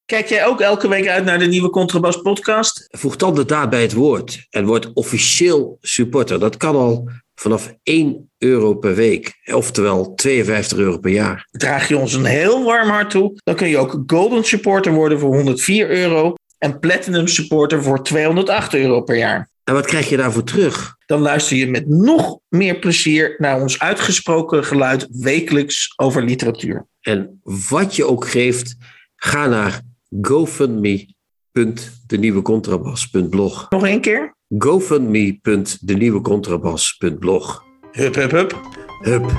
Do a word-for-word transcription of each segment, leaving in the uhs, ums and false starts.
Kijk jij ook elke week uit naar de nieuwe Contrabas podcast? Voeg dan de daad bij het woord en word officieel supporter. Dat kan al vanaf één euro per week, oftewel tweeënvijftig euro per jaar. Draag je ons een heel warm hart toe, dan kun je ook Golden Supporter worden voor honderdvier euro en Platinum Supporter voor tweehonderdacht euro per jaar. En wat krijg je daarvoor terug? Dan luister je met nog meer plezier naar ons uitgesproken geluid wekelijks over literatuur. En wat je ook geeft, ga naar gofundme punt de nieuwe contrabas punt blog. Nog één keer? gofundme punt de nieuwe contrabas punt blog. Hup, hup, hup. Hup.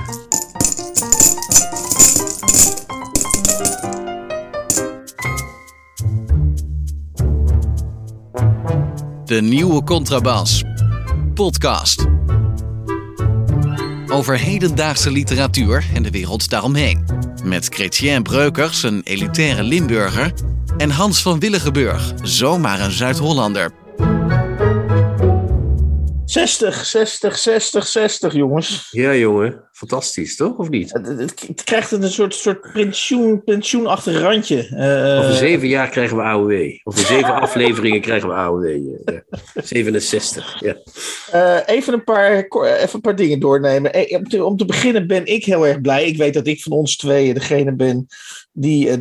De Nieuwe Contrabas podcast. Over hedendaagse literatuur en de wereld daaromheen. Met Chrétien Breukers, een elitaire Limburger. En Hans van Willigenburg, zomaar een Zuid-Hollander. zestig, zestig, zestig, zestig, jongens. Ja, jongen. Fantastisch, toch? Of niet? Het, het, het krijgt een soort, soort pensioen, pensioenachtig randje. Uh, Over zeven jaar krijgen we A O W. Over zeven afleveringen krijgen we A O W. Ja. zevenenzestig, ja. Uh, even, een paar, even een paar dingen doornemen. Om te, om te beginnen ben ik heel erg blij. Ik weet dat ik van ons tweeën degene ben die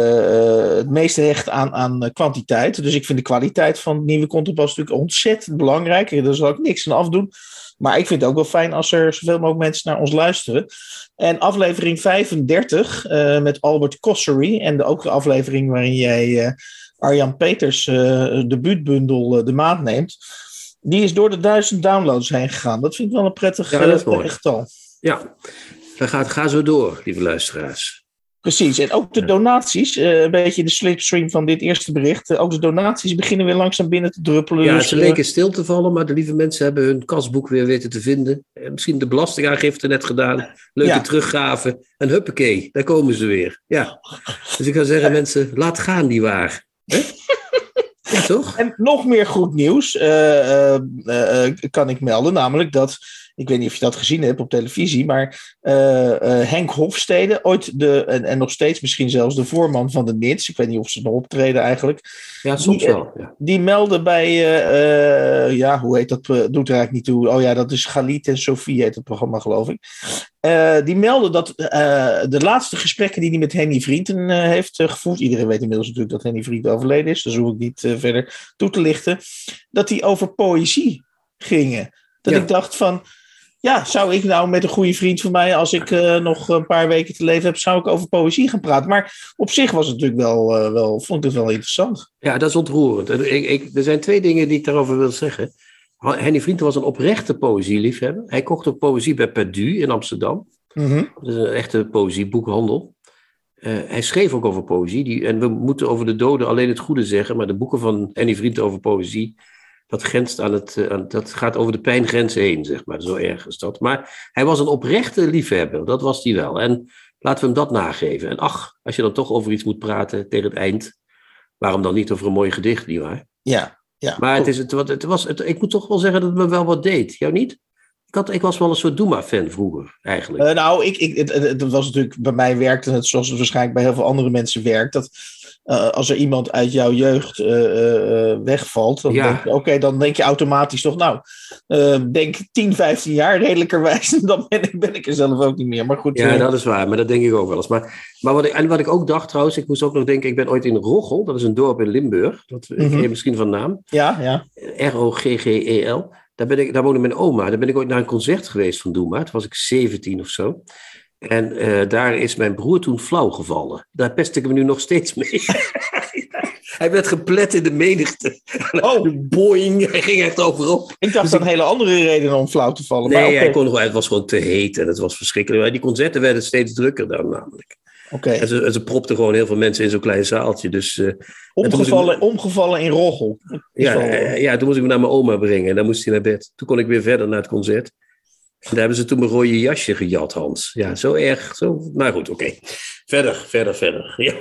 de, uh, het meeste hecht aan, aan kwantiteit. Dus ik vind de kwaliteit van het nieuwe Contrabas natuurlijk ontzettend belangrijk. Daar zal ik niks aan afdoen. Maar ik vind het ook wel fijn als er zoveel mogelijk mensen naar ons luisteren. En aflevering vijfendertig uh, met Albert Kossery. En de, ook de aflevering waarin jij uh, Arjan Peters uh, debuutbundel uh, De Maand neemt. Die is door de duizend downloads heen gegaan. Dat vind ik wel een prettig, ja, dat is uh, mooi. getal. Ja, dan gaat, ga zo door, lieve luisteraars. Precies, en ook de donaties, uh, een beetje in de slipstream van dit eerste bericht. Uh, ook de donaties beginnen weer langzaam binnen te druppelen. Ja, dus, ze uh, leken stil te vallen, maar de lieve mensen hebben hun kasboek weer weten te vinden. En misschien de belastingaangifte net gedaan. Leuke ja. teruggaven. En huppakee, daar komen ze weer. Ja. Dus ik ga zeggen, mensen, laat gaan die waar. Hè? Ja, toch? En nog meer goed nieuws uh, uh, uh, kan ik melden, namelijk dat, ik weet niet of je dat gezien hebt op televisie, maar uh, uh, Henk Hofstede, ooit de, en, en nog steeds misschien zelfs de voorman van de N I T S, ik weet niet of ze nog optreden eigenlijk. Ja, soms die, wel. Ja. Die melden bij, uh, uh, ja, hoe heet dat, uh, doet er eigenlijk niet toe. Oh ja, dat is Galit en Sophie heet het programma, geloof ik. Uh, die melden dat uh, de laatste gesprekken die hij met Henny Vrienden uh, heeft uh, gevoerd, iedereen weet inmiddels natuurlijk dat Henny Vrienden overleden is, dus hoef ik niet uh, verder toe te lichten, dat die over poëzie gingen. Dat ja. ik dacht van, ja, zou ik nou met een goede vriend van mij, als ik uh, nog een paar weken te leven heb, zou ik over poëzie gaan praten. Maar op zich was het natuurlijk wel, uh, wel vond ik het wel interessant. Ja, dat is ontroerend. Ik, ik, er zijn twee dingen die ik daarover wil zeggen. Henny Vrienden was een oprechte poëzieliefhebber. Hij kocht ook poëzie bij Perdu in Amsterdam. Mm-hmm. Dat is een echte poëzieboekhandel. Uh, hij schreef ook over poëzie. Die, en we moeten over de doden alleen het goede zeggen, maar de boeken van Henny Vrienden over poëzie, dat grenst aan het, aan, dat gaat over de pijngrens heen, zeg maar. Zo erg is dat. Maar hij was een oprechte liefhebber, dat was hij wel. En laten we hem dat nageven. En ach, als je dan toch over iets moet praten tegen het eind, waarom dan niet over een mooi gedicht, nietwaar? Ja, ja. Maar het is, het, het was, het, ik moet toch wel zeggen dat het me wel wat deed. Jou niet? Ik, had, ik was wel een soort Doema-fan vroeger, eigenlijk. Uh, nou, ik, ik, het, het was natuurlijk, bij mij werkte het zoals het waarschijnlijk bij heel veel andere mensen werkt, dat Uh, als er iemand uit jouw jeugd uh, uh, wegvalt, dan, ja. denk je, okay, dan denk je automatisch toch, nou, uh, denk tien, vijftien jaar redelijkerwijs, dan ben ik, ben ik er zelf ook niet meer. Maar goed, ja, uh, dat is waar, maar dat denk ik ook wel eens. Maar, maar wat, ik, en wat ik ook dacht trouwens, ik moest ook nog denken, ik ben ooit in Roggel, dat is een dorp in Limburg, dat mm-hmm. ken je misschien van naam. Ja, ja. R O G G E L. Daar, ben ik, daar woonde mijn oma, daar ben ik ooit naar een concert geweest van Doema, toen was ik zeventien of zo. En uh, daar is mijn broer toen flauw gevallen. Daar pest ik hem nu nog steeds mee. Hij werd geplet in de menigte. Oh. Boing, hij ging echt overop. Ik dacht dus een ik... hele andere reden om flauw te vallen. Nee, maar okay. hij kon nog, het was gewoon te heet en het was verschrikkelijk. Die concerten werden steeds drukker dan namelijk. Okay. En, ze, en ze propten gewoon heel veel mensen in zo'n klein zaaltje. Dus, uh, omgevallen, ik... omgevallen in Roggel. Ja, wel... uh, ja, toen moest ik hem naar mijn oma brengen en dan moest hij naar bed. Toen kon ik weer verder naar het concert. En daar hebben ze toen mijn rode jasje gejat, Hans. Ja, zo erg. Zo... Maar goed, oké. Okay. Verder, verder, verder. Ja.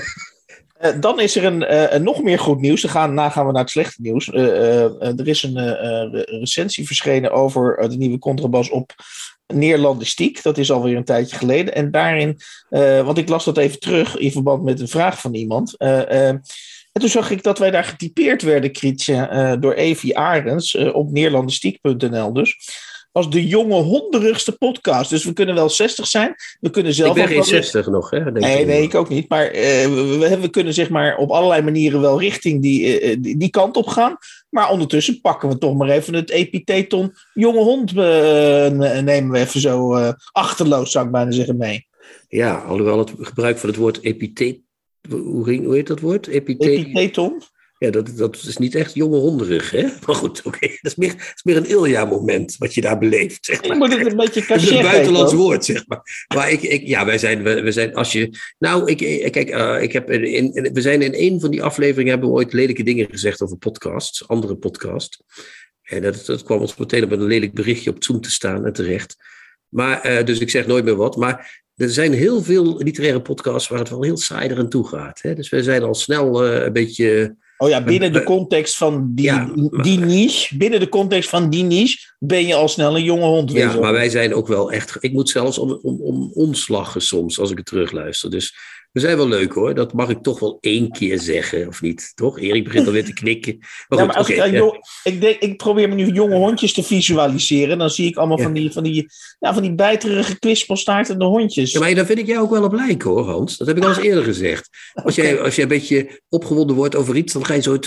Uh, dan is er een, uh, een nog meer goed nieuws. Dan gaan, na gaan we naar het slechte nieuws. Uh, uh, er is een uh, recensie verschenen over uh, de nieuwe Contrabas op Neerlandistiek. Dat is alweer een tijdje geleden. En daarin, uh, want ik las dat even terug in verband met een vraag van iemand. Uh, uh, en toen zag ik dat wij daar getypeerd werden, Krietje, uh, door Evie Arends uh, op neerlandistiek punt n l dus. Als de jonge honderigste podcast. Dus we kunnen wel zestig zijn. We kunnen zelf ik ben geen wel zestig nog, hè? Denk nee, ik nee, ik ook niet. Maar uh, we, we kunnen zeg maar op allerlei manieren wel richting die, uh, die, die kant op gaan. Maar ondertussen pakken we toch maar even het epitheton jonge hond. Uh, nemen we even zo uh, achterloos, zou ik bijna zeggen, mee. Ja, alhoewel het gebruik van het woord epithet. Hoe, hoe heet dat woord? Epithet... Epitheton? Ja, dat, dat is niet echt jonge honderig, hè? Maar goed, oké. Okay. Dat, dat is meer een Ilja-moment wat je daar beleeft, zeg maar. Je moet het een beetje dat is een buitenlands heet, woord, zeg maar. Maar ik, ik, ja, wij zijn, we, we zijn, als je... Nou, ik, kijk, uh, ik heb in, in, we zijn in een van die afleveringen hebben we ooit lelijke dingen gezegd over podcasts, andere podcasts. En dat, dat kwam ons meteen op een lelijk berichtje op Zoom te staan en terecht. Maar, uh, dus ik zeg nooit meer wat, maar... Er zijn heel veel literaire podcasts waar het wel heel saai eraan toe gaat. Hè? Dus wij zijn al snel uh, een beetje... Oh ja, binnen de context van die, ja, maar, die niche, binnen de context van die niche ben je al snel een jonge hond. Ja, maar wij zijn ook wel echt... Ik moet zelfs om, om, om ons lachen soms als ik het terugluister. Dus we zijn wel leuk hoor. Dat mag ik toch wel één keer zeggen, of niet? Toch? Erik begint alweer te knikken. Maar ja, goed, maar als okay, ik, ja. jong, ik, denk, ik probeer me nu jonge hondjes te visualiseren. Dan zie ik allemaal ja. van die, van die, ja, van die bijterige kwispelstaartende hondjes. Ja, maar daar vind ik jou ook wel op lijken hoor, Hans. Dat heb ik al eens eerder gezegd. Als jij, als jij een beetje opgewonden wordt over iets, dan ga je zo...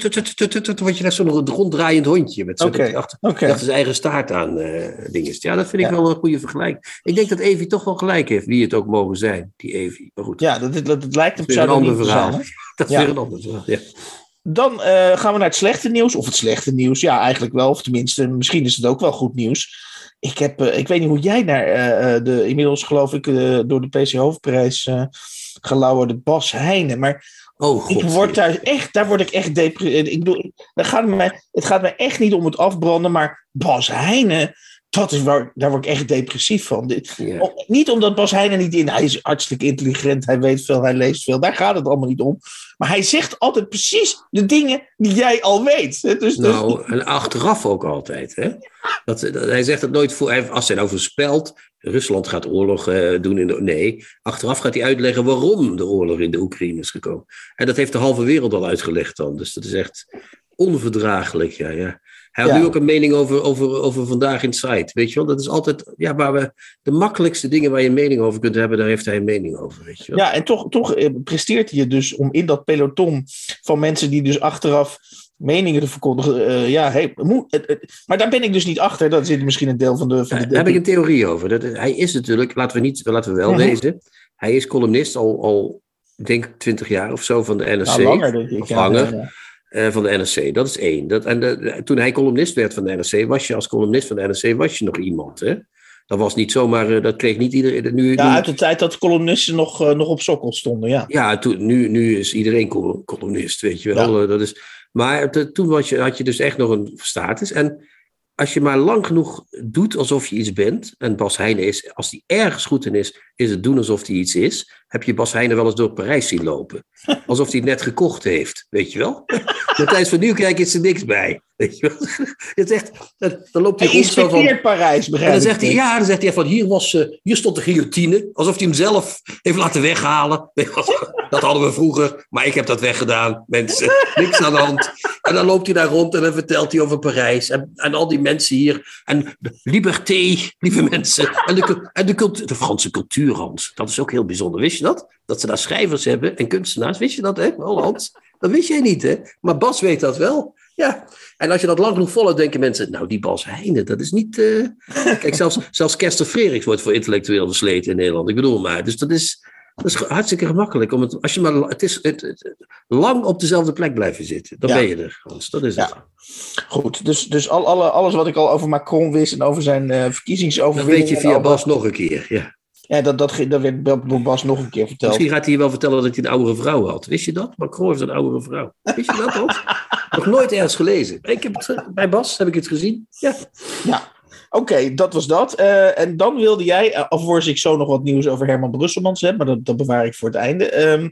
word je net zo'n ronddraaiend hondje. Met zo'n okay. achter, okay. achter zijn eigen staart aan uh, dingen. Ja, dat vind ik ja. wel een goede vergelijking. Ik denk dat Evie toch wel gelijk heeft, wie het ook mogen zijn, die Evie. Maar goed. Ja, dat, dat, dat lijkt op een ander verhaal. Zijn, dat is ja. weer een ander verhaal, ja. Dan uh, gaan we naar het slechte nieuws. Of het slechte nieuws. Ja, eigenlijk wel. Of tenminste, misschien is het ook wel goed nieuws. Ik, heb, uh, ik weet niet hoe jij naar uh, de inmiddels geloof ik uh, door de P C Hoofdprijs uh, gelauwerde Bas Heijnen. Maar oh, God, ik word daar echt, daar word ik echt depressief. Ik bedoel, daar gaat mij, het gaat mij echt niet om het afbranden. Maar Bas Heijnen, dat is waar, daar word ik echt depressief van. Ja. Om, niet omdat Bas Heijnen niet in... Hij is hartstikke intelligent, hij weet veel, hij leest veel. Daar gaat het allemaal niet om. Maar hij zegt altijd precies de dingen die jij al weet. Dus, nou, dus... en achteraf ook altijd. Hè? Dat, dat, hij zegt het nooit voor... Als hij nou voorspelt... Rusland gaat oorlog uh, doen in de... Nee, achteraf gaat hij uitleggen waarom de oorlog in de Oekraïne is gekomen. En dat heeft de halve wereld al uitgelegd dan. Dus dat is echt onverdraaglijk, ja, ja. Hij had ja. nu ook een mening over, over, over Vandaag in Site, weet je wel. Dat is altijd, ja, waar we de makkelijkste dingen waar je een mening over kunt hebben, daar heeft hij een mening over, weet je wel. Ja, en toch, toch presteert hij dus om in dat peloton van mensen die dus achteraf meningen te verkondigen. Uh, ja, hey, moet, uh, uh, maar daar ben ik dus niet achter. Dat zit misschien een deel van de... Van de uh, daar heb ik een theorie over. Dat, hij is natuurlijk, laten we, niet, laten we wel mm-hmm. wezen, hij is columnist al, al ik denk twintig jaar of zo van de N R C. Nou, langer, denk ik. Of langer. Ja, ja. Uh, van de N R C, dat is één. Dat, en de, toen hij columnist werd van de N R C, was je als columnist van de N R C, was je nog iemand, hè? Dat was niet zomaar, uh, dat kreeg niet iedereen... Nu, ja, nu, uit de tijd dat columnisten nog, uh, nog op sokkel stonden, ja. Ja, toen, nu, nu is iedereen col- columnist, weet je wel. Ja. Uh, dat is, maar te, toen was je, had je dus echt nog een status. En als je maar lang genoeg doet alsof je iets bent, en Bas Heijnen is, als hij ergens goed in is, is het doen alsof hij iets is, heb je Bas Heijnen wel eens door Parijs zien lopen. Alsof hij het net gekocht heeft, weet je wel. Maar tijdens van Nieuwkerk is er niks bij, weet je wel. Het is echt, dan, dan loopt hij, hij rond zo van... Parijs, begrijp en dan zegt hij, ja, dan zegt hij van, hier, was, uh, hier stond de guillotine, alsof hij hem zelf heeft laten weghalen. Dat hadden we vroeger, maar ik heb dat weggedaan, mensen. Niks aan de hand. En dan loopt hij daar rond en dan vertelt hij over Parijs. En, en al die mensen hier. En liberté, lieve mensen. En de, en de, cultuur, de Franse cultuur, Hans. Dat is ook heel bijzonder. Wist je dat? Dat ze daar schrijvers hebben en kunstenaars. Wist je dat, hè? Wel, Hans? Dat wist jij niet, hè? Maar Bas weet dat wel. Ja. En als je dat lang genoeg volgt, denken mensen... Nou, die Bas Heijnen, dat is niet... Uh... Kijk, zelfs, zelfs Kester Freeriks wordt voor intellectueel versleten in Nederland. Ik bedoel maar. Dus dat is... Dat is hartstikke gemakkelijk. Om het, als je maar het is, het, het, lang op dezelfde plek blijven zitten. Dan ja. ben je er, Hans. Dat is het. Ja. Goed, dus, dus al, alle, alles wat ik al over Macron wist en over zijn uh, verkiezingsoverwinning... Dat weet je via Bas nog een keer, ja. Ja, dat, dat, dat werd door Bas nog een keer verteld. Misschien gaat hij je wel vertellen dat hij een oudere vrouw had. Wist je dat? Macron heeft een oudere vrouw. Wist je dat, Hans? Nog nooit ergens gelezen. Ik heb het, bij Bas heb ik het gezien. Ja. Ja. Oké, okay, dat was dat. Uh, en dan wilde jij, uh, alvorens ik zo nog wat nieuws over Herman Brusselmans heb, maar dat, dat bewaar ik voor het einde. Um,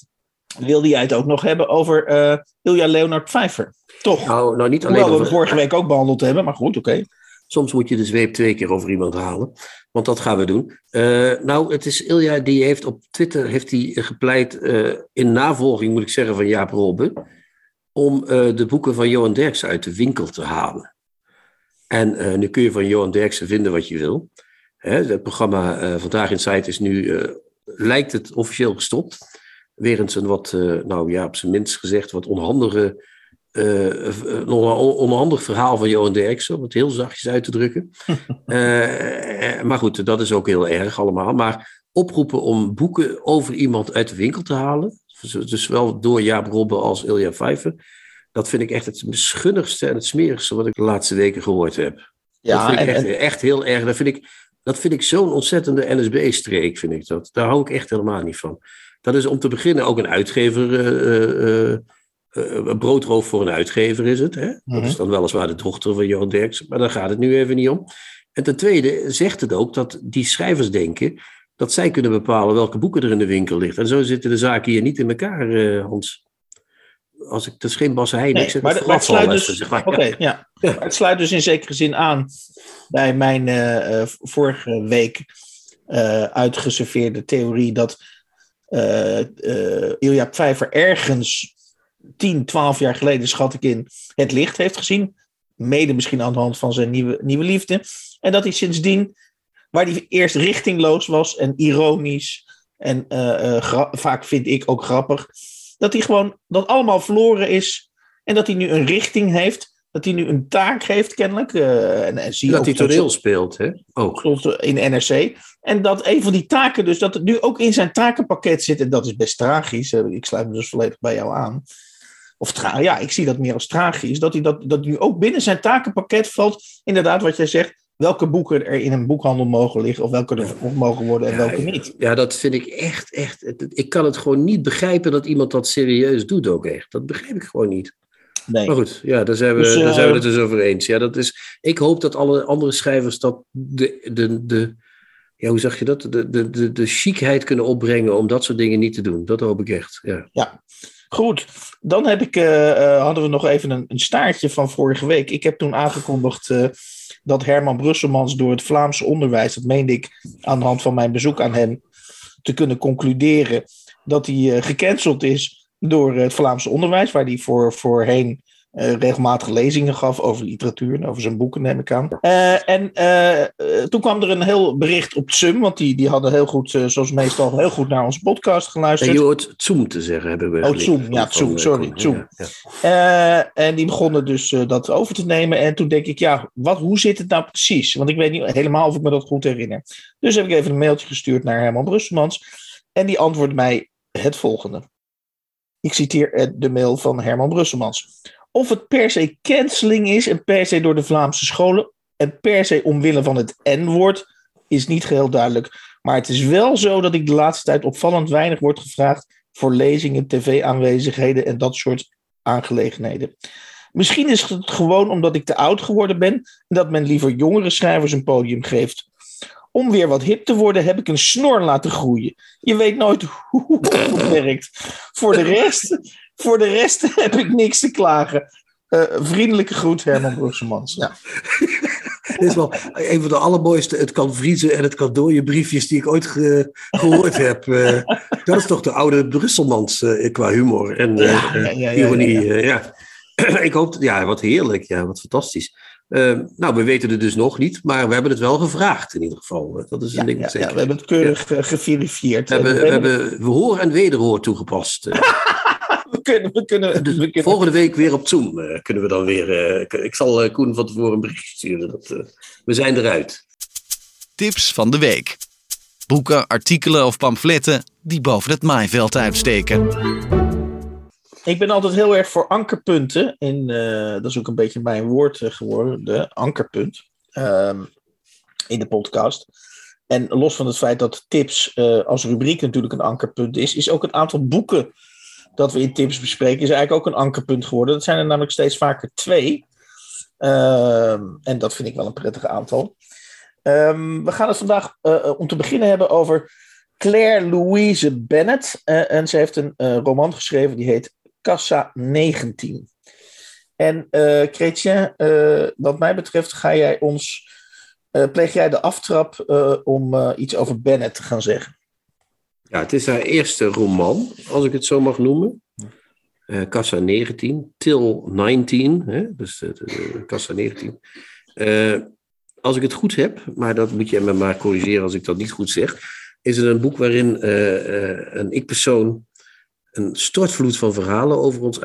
wilde jij het ook nog hebben over uh, Ilja Leonard Pfeiffer? Toch? Nou, nou niet alleen Hoewel over... we vorige week ook behandeld hebben, maar goed, oké. Okay. Soms moet je de zweep twee keer over iemand halen. Want dat gaan we doen. Uh, nou, het is Ilja die heeft op Twitter heeft hij gepleit, uh, in navolging moet ik zeggen van Jaap Robbe, om uh, de boeken van Johan Derksen uit de winkel te halen. En uh, nu kun je van Johan Derksen vinden wat je wil. Hè, het programma uh, Vandaag in Site is nu, uh, lijkt het officieel gestopt. Weer eens een wat, uh, nou ja, op zijn minst gezegd, wat onhandige, uh, een onhandig verhaal van Johan Derksen, om het heel zachtjes uit te drukken. uh, maar goed, dat is ook heel erg allemaal. Maar oproepen om boeken over iemand uit de winkel te halen, dus wel door Jaap Robbe als Ilja Vijver, dat vind ik echt het schunnigste en het smerigste wat ik de laatste weken gehoord heb. Ja, dat vind ik en, echt, en... echt heel erg. Dat vind ik, dat vind ik zo'n ontzettende N S B-streek, vind ik dat. Daar hou ik echt helemaal niet van. Dat is om te beginnen ook een uitgever, uh, uh, uh, een broodroof voor een uitgever is het. Hè? Mm-hmm. Dat is dan weliswaar de dochter van Johan Derksen, maar daar gaat het nu even niet om. En ten tweede zegt het ook dat die schrijvers denken dat zij kunnen bepalen welke boeken er in de winkel liggen. En zo zitten de zaken hier niet in elkaar, uh, Hans. Als ik, dat is geen Bas Heijnen. Nee, ik zeg maar, het, maar, het sluit dus, zeg maar. okay, ja. Ja. Maar het sluit dus in zekere zin aan bij mijn uh, vorige week uh, uitgeserveerde theorie dat uh, uh, Ilja Vijver ergens tien, twaalf jaar geleden, schat ik in, het licht heeft gezien. Mede misschien aan de hand van zijn nieuwe, nieuwe liefde. En dat hij sindsdien, waar hij eerst richtingloos was en ironisch en uh, uh, gra- vaak vind ik ook grappig, dat hij gewoon dat allemaal verloren is en dat hij nu een richting heeft, dat hij nu een taak heeft kennelijk. Uh, en, en zie dat ook hij toneel speelt, hè? Ook. In N R C. En dat een van die taken dus, dat het nu ook in zijn takenpakket zit, en dat is best tragisch. Ik sluit me dus volledig bij jou aan. Of tra- ja, ik zie dat meer als tragisch. Dat hij dat, dat nu ook binnen zijn takenpakket valt, inderdaad wat jij zegt, welke boeken er in een boekhandel mogen liggen, of welke er verkocht mogen worden en ja, welke niet. Ja, dat vind ik echt, echt... Ik kan het gewoon niet begrijpen dat iemand dat serieus doet ook echt. Dat begrijp ik gewoon niet. Nee. Maar goed, ja, daar zijn we, dus, uh, daar zijn we het dus over eens. Ja, dat is, ik hoop dat alle andere schrijvers dat de, de, de, ja, hoe zeg je dat? De, de, de, de chicheid kunnen opbrengen om dat soort dingen niet te doen. Dat hoop ik echt, ja. Ja. Goed, dan heb ik, uh, uh, hadden we nog even een, een staartje van vorige week. Ik heb toen aangekondigd uh, dat Herman Brusselmans door het Vlaamse onderwijs, dat meende ik aan de hand van mijn bezoek aan hem, te kunnen concluderen dat hij uh, gecanceld is door het Vlaamse onderwijs, waar hij voor, voorheen uh, regelmatig lezingen gaf over literatuur en over zijn boeken, neem ik aan. Uh, en uh, uh, toen kwam er een heel bericht op Tsum, want die, die hadden heel goed, uh, zoals meestal, heel goed naar onze podcast geluisterd. En je hoort Tsum te zeggen, hebben we. Oh, Tsum, ja, Tsum, sorry, Tsum. Ja, ja. uh, en die begonnen dus uh, dat over te nemen. En toen denk ik, ja, wat, hoe zit het nou precies? Want ik weet niet helemaal of ik me dat goed herinner. Dus heb ik even een mailtje gestuurd naar Herman Brusselmans. En die antwoordt mij het volgende. Ik citeer de mail van Herman Brusselmans. Of het per se canceling is en per se door de Vlaamse scholen en per se omwille van het N-woord is niet geheel duidelijk. Maar het is wel zo dat ik de laatste tijd opvallend weinig word gevraagd voor lezingen, tv-aanwezigheden en dat soort aangelegenheden. Misschien is het gewoon omdat ik te oud geworden ben en dat men liever jongere schrijvers een podium geeft. Om weer wat hip te worden heb ik een snor laten groeien. Je weet nooit hoe het werkt. Voor de rest, voor de rest heb ik niks te klagen. Uh, vriendelijke groet, Herman Brusselmans. Ja. Dit is wel een van de allermooiste het kan vriezen en het kan dooien briefjes die ik ooit ge- gehoord heb. Uh, dat is toch de oude Brusselmans uh, qua humor en uh, ja, ja, ja, ironie. Ja, ja, ja. Uh, ja. Ik hoop, ja, wat heerlijk, ja, wat fantastisch. Uh, nou, we weten het dus nog niet, maar we hebben het wel gevraagd in ieder geval. Dat is een ja, ding ja, zeker. Ja, we hebben het keurig ja. geverifieerd. We hebben, we hebben we hoor en wederhoor toegepast. we kunnen, we kunnen, dus we kunnen. Volgende week weer op Zoom uh, kunnen we dan weer... Uh, ik zal uh, Koen van tevoren een berichtje sturen. Dat, uh, we zijn eruit. Tips van de week. Boeken, artikelen of pamfletten die boven het maaiveld uitsteken. Ik ben altijd heel erg voor ankerpunten. In, uh, dat is ook een beetje mijn woord uh, geworden, de ankerpunt. Um, in de podcast. En los van het feit dat tips uh, als rubriek natuurlijk een ankerpunt is, is ook het aantal boeken dat we in tips bespreken, is eigenlijk ook een ankerpunt geworden. Dat zijn er namelijk steeds vaker twee. Um, en dat vind ik wel een prettig aantal. Um, we gaan het vandaag uh, om te beginnen hebben over Claire Louise Bennett. Uh, en ze heeft een uh, roman geschreven die heet Kassa negentien. En uh, Chrétien, uh, wat mij betreft ga jij ons, uh, pleeg jij de aftrap uh, om uh, iets over Bennett te gaan zeggen. Ja, het is haar eerste roman, als ik het zo mag noemen. Uh, Kassa negentien, Till negentien, hè? Dus uh, uh, Kassa negentien. Uh, als ik het goed heb, maar dat moet je me maar corrigeren als ik dat niet goed zeg, is het een boek waarin uh, uh, een ik-persoon een stortvloed van verhalen over ons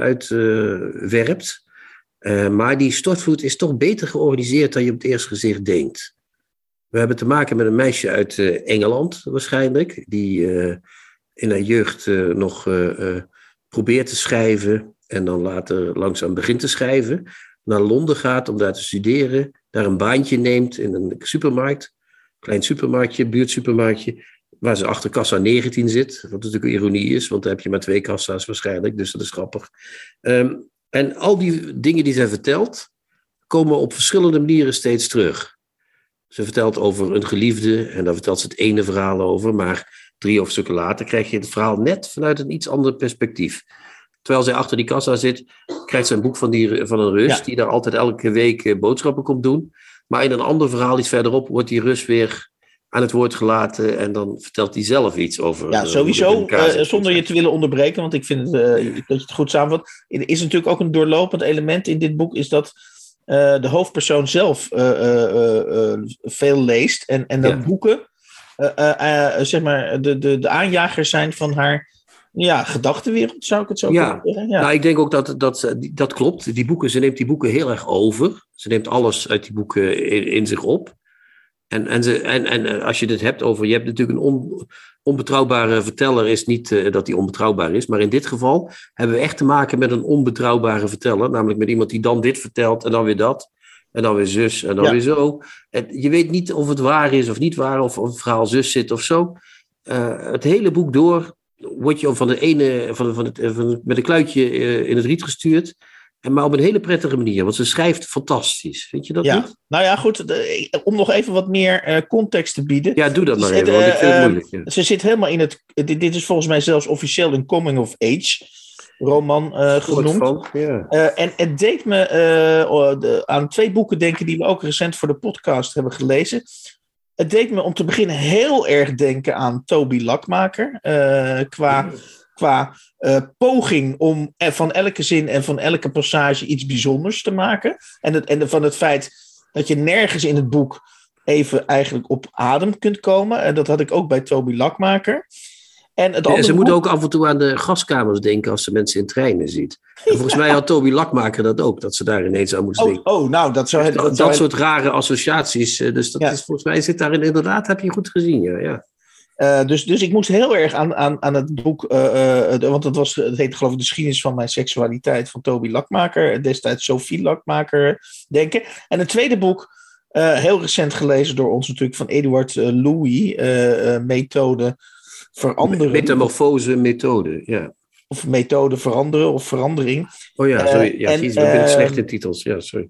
uitwerpt. Uh, uh, maar die stortvloed is toch beter georganiseerd dan je op het eerste gezicht denkt. We hebben te maken met een meisje uit uh, Engeland waarschijnlijk, die uh, in haar jeugd uh, nog uh, uh, probeert te schrijven en dan later langzaam begint te schrijven. Naar Londen gaat om daar te studeren, daar een baantje neemt in een supermarkt, klein supermarktje, buurtsupermarktje, waar ze achter kassa negentien zit, wat natuurlijk een ironie is, want daar heb je maar twee kassa's waarschijnlijk, dus dat is grappig. Um, en al die dingen die zij vertelt, komen op verschillende manieren steeds terug. Ze vertelt over een geliefde en daar vertelt ze het ene verhaal over, maar drie hoofdstukken later krijg je het verhaal net vanuit een iets ander perspectief. Terwijl zij achter die kassa zit, krijgt ze een boek van, die, van een Rus, ja, die daar altijd elke week boodschappen komt doen. Maar in een ander verhaal, iets verderop, wordt die Rus weer aan het woord gelaten en dan vertelt hij zelf iets over. Ja, sowieso, uh, zonder je te willen onderbreken, want ik vind het, uh, dat je het goed samenvat. Er is natuurlijk ook een doorlopend element in dit boek, is dat uh, de hoofdpersoon zelf uh, uh, uh, veel leest en, en dat ja. boeken uh, uh, uh, zeg maar de, de, de aanjagers zijn van haar ja, gedachtenwereld, zou ik het zo ja. kunnen zeggen. Ja, nou, ik denk ook dat, dat dat klopt. Die boeken, ze neemt die boeken heel erg over. Ze neemt alles uit die boeken in, in zich op. En, en, ze, en, en als je het hebt over, je hebt natuurlijk een on, onbetrouwbare verteller, is niet uh, dat die onbetrouwbaar is, maar in dit geval hebben we echt te maken met een onbetrouwbare verteller, namelijk met iemand die dan dit vertelt en dan weer dat, en dan weer zus en dan ja. weer zo. En je weet niet of het waar is of niet waar, of, of het verhaal zus zit of zo. Uh, het hele boek door word je van de ene, van, van het, van, met een kluitje uh, in het riet gestuurd. En maar op een hele prettige manier, want ze schrijft fantastisch. Vind je dat ja. niet? Nou ja, goed. De, om nog even wat meer uh, context te bieden. Ja, doe dat maar ze even, zit, want ik vind uh, het moeilijk. Ja. Ze zit helemaal in het... Dit, dit is volgens mij zelfs officieel een coming-of-age roman uh, genoemd. Van, ja. uh, en het deed me uh, de, aan twee boeken denken die we ook recent voor de podcast hebben gelezen. Het deed me om te beginnen heel erg denken aan Toby Lakmaker. Uh, qua... Ja. Qua uh, poging om van elke zin en van elke passage iets bijzonders te maken. En, het, en van het feit dat je nergens in het boek even eigenlijk op adem kunt komen. En dat had ik ook bij Toby Lakmaker. En het ja, ze boek... moet ook af en toe aan de gaskamers denken als ze mensen in treinen ziet. En volgens ja. mij had Toby Lakmaker dat ook, dat ze daar ineens aan moest oh, denken. Oh, nou, dat zou... Dat, dat, dat, zou dat soort rare associaties. Dus dat ja. is volgens mij zit daarin inderdaad, heb je goed gezien, ja. ja. Uh, dus, dus ik moest heel erg aan, aan, aan het boek, uh, uh, de, want het, was, het heet geloof ik de geschiedenis van mijn seksualiteit van Toby Lakmaker, destijds Sophie Lakmaker, denken. En het tweede boek, uh, heel recent gelezen door ons natuurlijk, van Eduard uh, Louis, uh, uh, Methode veranderen. Metamorfose methode, ja. Of methode veranderen of verandering. Oh ja, sorry. Ja, uh, ik ben uh, slecht in titels, ja, sorry.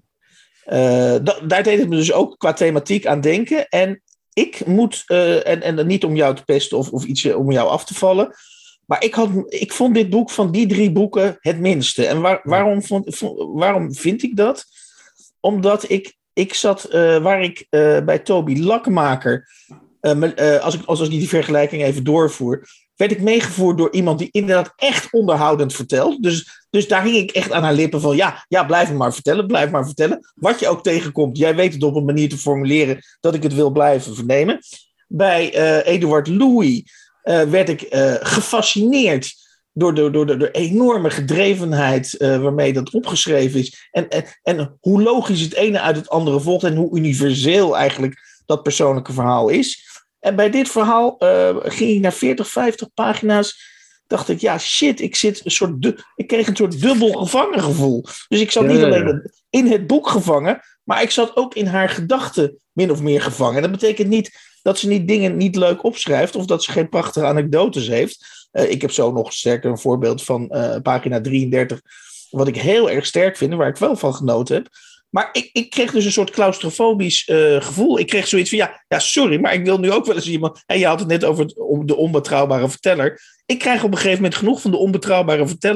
Uh, da, daar deed het me dus ook qua thematiek aan denken. En ik moet, uh, en, en niet om jou te pesten of, of iets om jou af te vallen, maar ik, had, ik vond dit boek van die drie boeken het minste. En waar, waarom, vond, waarom vind ik dat? Omdat ik, ik zat, uh, waar ik uh, bij Toby Lakmaker, uh, uh, als, ik, als ik die vergelijking even doorvoer, werd ik meegevoerd door iemand die inderdaad echt onderhoudend vertelt. Dus, dus daar hing ik echt aan haar lippen van, ja, ja, blijf me maar vertellen, blijf maar vertellen. Wat je ook tegenkomt, jij weet het op een manier te formuleren dat ik het wil blijven vernemen. Bij uh, Eduard Louis uh, werd ik uh, gefascineerd door de, door, de, door de enorme gedrevenheid uh, waarmee dat opgeschreven is. En, en, en hoe logisch het ene uit het andere volgt en hoe universeel eigenlijk dat persoonlijke verhaal is. En bij dit verhaal uh, ging ik naar veertig, vijftig pagina's. Dacht ik, ja shit, ik, zit een soort du- ik kreeg een soort dubbel gevangen gevoel. Dus ik zat ja, niet alleen ja. in het boek gevangen, maar ik zat ook in haar gedachten min of meer gevangen. En dat betekent niet dat ze niet dingen niet leuk opschrijft of dat ze geen prachtige anekdotes heeft. Uh, ik heb zo nog sterker een voorbeeld van uh, pagina drieëndertig, wat ik heel erg sterk vind en waar ik wel van genoten heb. Maar ik, ik kreeg dus een soort claustrofobisch uh, gevoel. Ik kreeg zoiets van, ja, ja, sorry, maar ik wil nu ook wel eens iemand... En je had het net over het, om de onbetrouwbare verteller. Ik krijg op een gegeven moment genoeg van de onbetrouwbare verteller.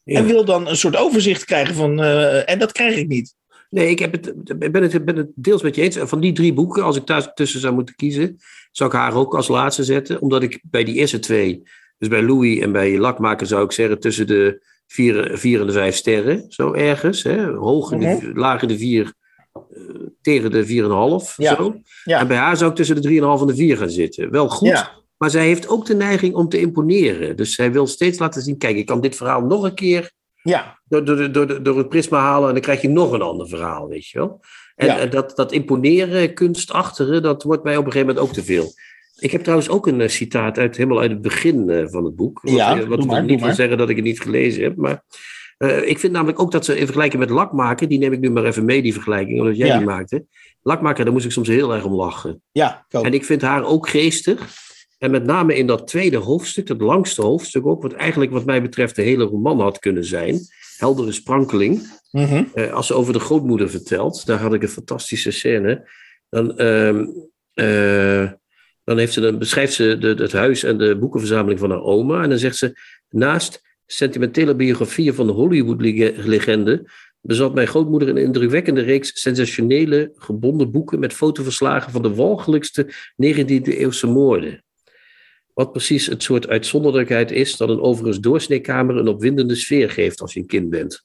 Ja. En wil dan een soort overzicht krijgen van... Uh, en dat krijg ik niet. Nee, ik heb het, ik ben, het, ben het deels met je eens. Van die drie boeken, als ik daar tussen zou moeten kiezen... zou ik haar ook als laatste zetten. Omdat ik bij die eerste twee... dus bij Louis en bij Lakmaker zou ik zeggen... tussen de vier, vier en de vijf sterren. Zo ergens. Hè? Hoog in de, mm-hmm. laag in de vier... Uh, tegen de vier komma vijf. Ja. Zo. Ja. En bij haar zou ik tussen de drie komma vijf en de vier gaan zitten. Wel goed... Ja. Maar zij heeft ook de neiging om te imponeren. Dus zij wil steeds laten zien... kijk, ik kan dit verhaal nog een keer... Ja. Door, door, door, door het prisma halen... en dan krijg je nog een ander verhaal, weet je wel. En, ja. en dat, dat imponeren, kunstachtige... dat wordt mij op een gegeven moment ook te veel. Ik heb trouwens ook een uh, citaat... uit helemaal uit het begin uh, van het boek. Wat, ja, uh, wat maar, niet wil zeggen dat ik het niet gelezen heb. Maar uh, ik vind namelijk ook dat ze... in vergelijking met Lakmaker... die neem ik nu maar even mee, die vergelijking... omdat jij ja. die maakte. Lakmaker, daar moest ik soms heel erg om lachen. Ja, en ik vind haar ook geestig... En met name in dat tweede hoofdstuk, dat langste hoofdstuk ook, wat eigenlijk wat mij betreft de hele roman had kunnen zijn, Heldere Sprankeling, mm-hmm. uh, als ze over de grootmoeder vertelt, daar had ik een fantastische scène, dan, uh, uh, dan, heeft ze, dan beschrijft ze de, het huis en de boekenverzameling van haar oma, en dan zegt ze, naast sentimentele biografieën van de Hollywood-legende, bezat mijn grootmoeder een indrukwekkende reeks sensationele gebonden boeken met fotoverslagen van de walgelijkste negentiende-eeuwse moorden. Wat precies het soort uitzonderlijkheid is dat een overigens doorsneekamer een opwindende sfeer geeft als je een kind bent.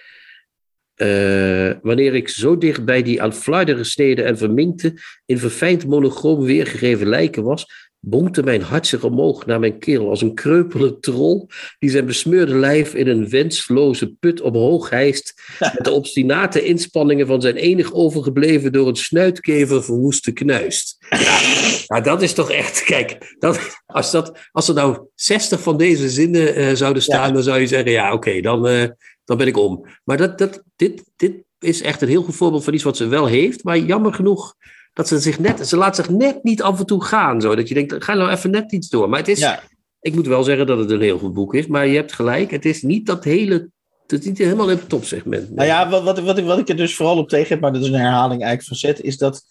Uh, wanneer ik zo dicht bij die aan flarden gesneden en verminkte, in verfijnd monochroom weergegeven lijken was, bonkte mijn hart zich omhoog naar mijn keel als een kreupele trol die zijn besmeurde lijf in een wensloze put omhoog hijst met de obstinate inspanningen van zijn enig overgebleven door een snuitkever verwoeste knuist. Ja, nou, dat is toch echt, kijk, dat, als, dat, als er nou zestig van deze zinnen uh, zouden staan, ja. dan zou je zeggen, ja oké, okay, dan, uh, dan ben ik om. Maar dat, dat, dit, dit is echt een heel goed voorbeeld van iets wat ze wel heeft, maar jammer genoeg dat ze zich net, ze laat zich net niet af en toe gaan. Zo, dat je denkt, ga nou even net iets door. Maar het is, ja. ik moet wel zeggen dat het een heel goed boek is. Maar je hebt gelijk, het is niet dat hele, het is niet helemaal in het topsegment. Nee. Nou ja, wat, wat, wat, ik, wat ik er dus vooral op tegen heb, maar dat is een herhaling eigenlijk van Zet, is dat,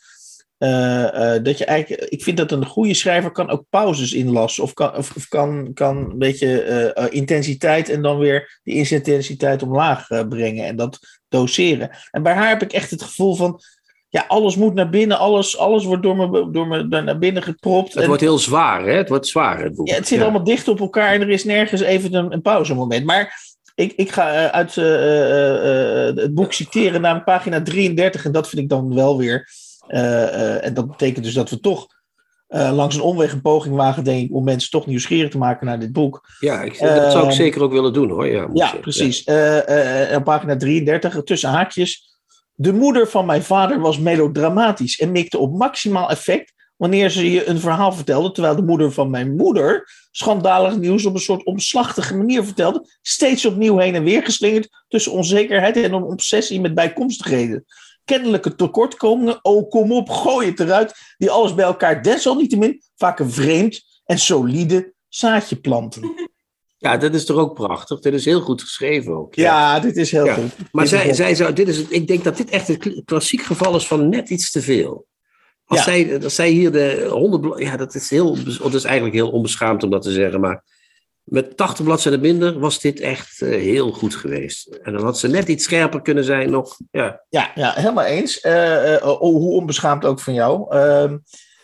uh, uh, dat je eigenlijk, ik vind dat een goede schrijver kan ook pauzes inlassen. Of kan, of, of kan, kan een beetje uh, uh, intensiteit en dan weer die intensiteit omlaag uh, brengen. En dat doseren. En bij haar heb ik echt het gevoel van, ja, alles moet naar binnen, alles, alles wordt door me, door me naar binnen gepropt. Het en, wordt heel zwaar, hè? Het wordt zwaar, het boek. Ja, het zit ja. allemaal dicht op elkaar en er is nergens even een, een pauzemoment. Maar ik, ik ga uh, uit uh, uh, uh, het boek citeren naar pagina drieëndertig en dat vind ik dan wel weer. Uh, uh, en dat betekent dus dat we toch uh, langs een omweg een poging wagen, denk ik, om mensen toch nieuwsgierig te maken naar dit boek. Ja, ik, dat uh, zou ik zeker ook willen doen, hoor. Ja, ja precies. Ja. Uh, uh, op pagina drieëndertig, tussen haakjes. De moeder van mijn vader was melodramatisch en mikte op maximaal effect wanneer ze je een verhaal vertelde, terwijl de moeder van mijn moeder schandalig nieuws op een soort omslachtige manier vertelde, steeds opnieuw heen en weer geslingerd tussen onzekerheid en een obsessie met bijkomstigheden. Kennelijke tekortkomingen, oh kom op, gooi het eruit, die alles bij elkaar desalniettemin vaak een vreemd en solide zaadje planten. Ja, dat is toch ook prachtig. Dit is heel goed geschreven ook. Ja, ja dit is heel ja. goed. Maar dit zij, zij zou, dit is, ik denk dat dit echt een klassiek geval is van net iets te veel. Als, ja. zij, als zij hier de honderd... Ja, dat is, heel, dat is eigenlijk heel onbeschaamd om dat te zeggen. Maar met tachtig bladzijden minder was dit echt uh, heel goed geweest. En dan had ze net iets scherper kunnen zijn nog. Ja, ja, ja helemaal eens. Uh, uh, oh, hoe onbeschaamd ook van jou. Uh,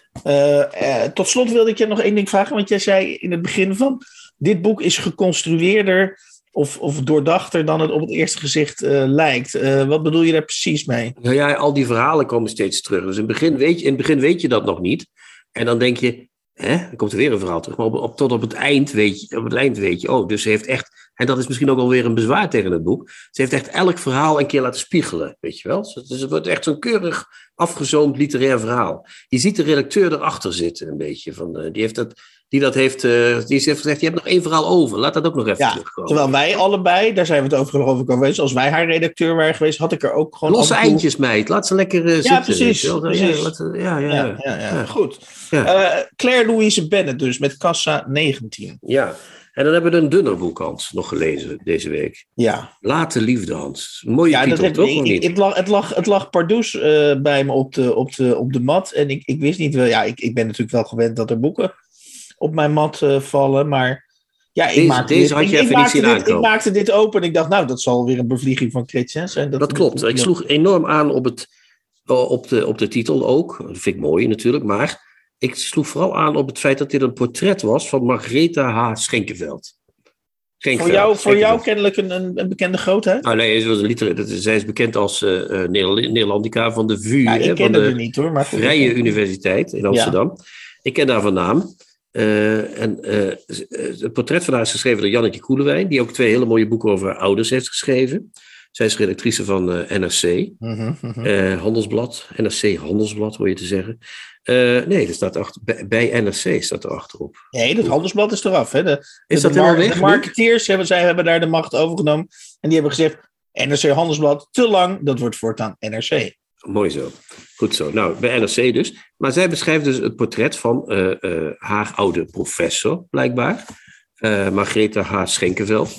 uh, uh, tot slot wilde ik je nog één ding vragen. Want jij zei in het begin van, dit boek is geconstrueerder of, of doordachter dan het op het eerste gezicht uh, lijkt. Uh, wat bedoel je daar precies mee? Nou ja, al die verhalen komen steeds terug. Dus in het begin weet je, in het begin weet je dat nog niet. En dan denk je, hè, dan komt er weer een verhaal terug. Maar op, op, tot op het eind weet je, op het eind weet je, oh, dus ze heeft echt, en dat is misschien ook alweer een bezwaar tegen het boek, ze heeft echt elk verhaal een keer laten spiegelen, weet je wel. Dus het wordt echt zo'n keurig afgezoomd literair verhaal. Je ziet de redacteur erachter zitten een beetje. Van, uh, die heeft dat... Die dat heeft, uh, die heeft gezegd, je hebt nog één verhaal over. Laat dat ook nog even ja, terugkomen. Terwijl wij allebei, daar zijn we het over over geweest. Als wij haar redacteur waren geweest, had ik er ook gewoon... Losse eindjes, meid. Laat ze lekker uh, ja, zitten. Precies, ja, precies. Laat, ja, ja, ja, ja, ja, ja. Goed. Ja. Uh, Claire Louise Bennett dus, met Kassa negentien. Ja, en dan hebben we een dunner boek, Hans, nog gelezen deze week. Ja. Late Liefde, Hans. Mooie ja, titel, dat toch? Ik, niet? Het lag, het lag, het lag pardoes uh, bij me op de, op, de, op de mat. En ik, ik wist niet... Ja, ik, ik ben natuurlijk wel gewend dat er boeken op mijn mat uh, vallen, maar Ja, ik Deze, maakte, deze dit, had je ik, even ik, niet maakte zien dit, ik aankomen. maakte dit open en ik dacht, nou, dat zal weer een bevlieging van Chrétien zijn. Dat klopt. Ik sloeg enorm aan op, het, op, de, op de titel ook. Dat vind ik mooi natuurlijk. Maar ik sloeg vooral aan op het feit dat dit een portret was van Margaretha H. Schenkeveld. Voor jou, voor jou kennelijk een, een, een bekende grootheid? Ah, nee, ze was een liter- dat is- zij is bekend als uh, Nederland- Nederlandica van de V U, Ja, ik hè, ken van de er niet hoor. Maar goed, Vrije Universiteit in Amsterdam. Ja. Ik ken haar van naam. Uh, en uh, het portret van haar is geschreven door Janneke Koelewijn, die ook twee hele mooie boeken over haar ouders heeft geschreven. Zij is redactrice van uh, N R C, mm-hmm, mm-hmm. Uh, Handelsblad, N R C Handelsblad, hoor je te zeggen. Uh, nee, er staat achter, bij, bij N R C staat er achterop. Nee, dat Handelsblad is eraf. Hè? De, is de, dat de, mar- weg, de marketeers hebben, zij hebben daar de macht overgenomen. En die hebben gezegd, N R C Handelsblad, te lang, dat wordt voortaan N R C. Mooi zo. Goed zo. Nou, bij N R C dus. Maar zij beschrijft dus het portret van uh, uh, haar oude professor, blijkbaar. Uh, Margaretha H. Schenkeveld.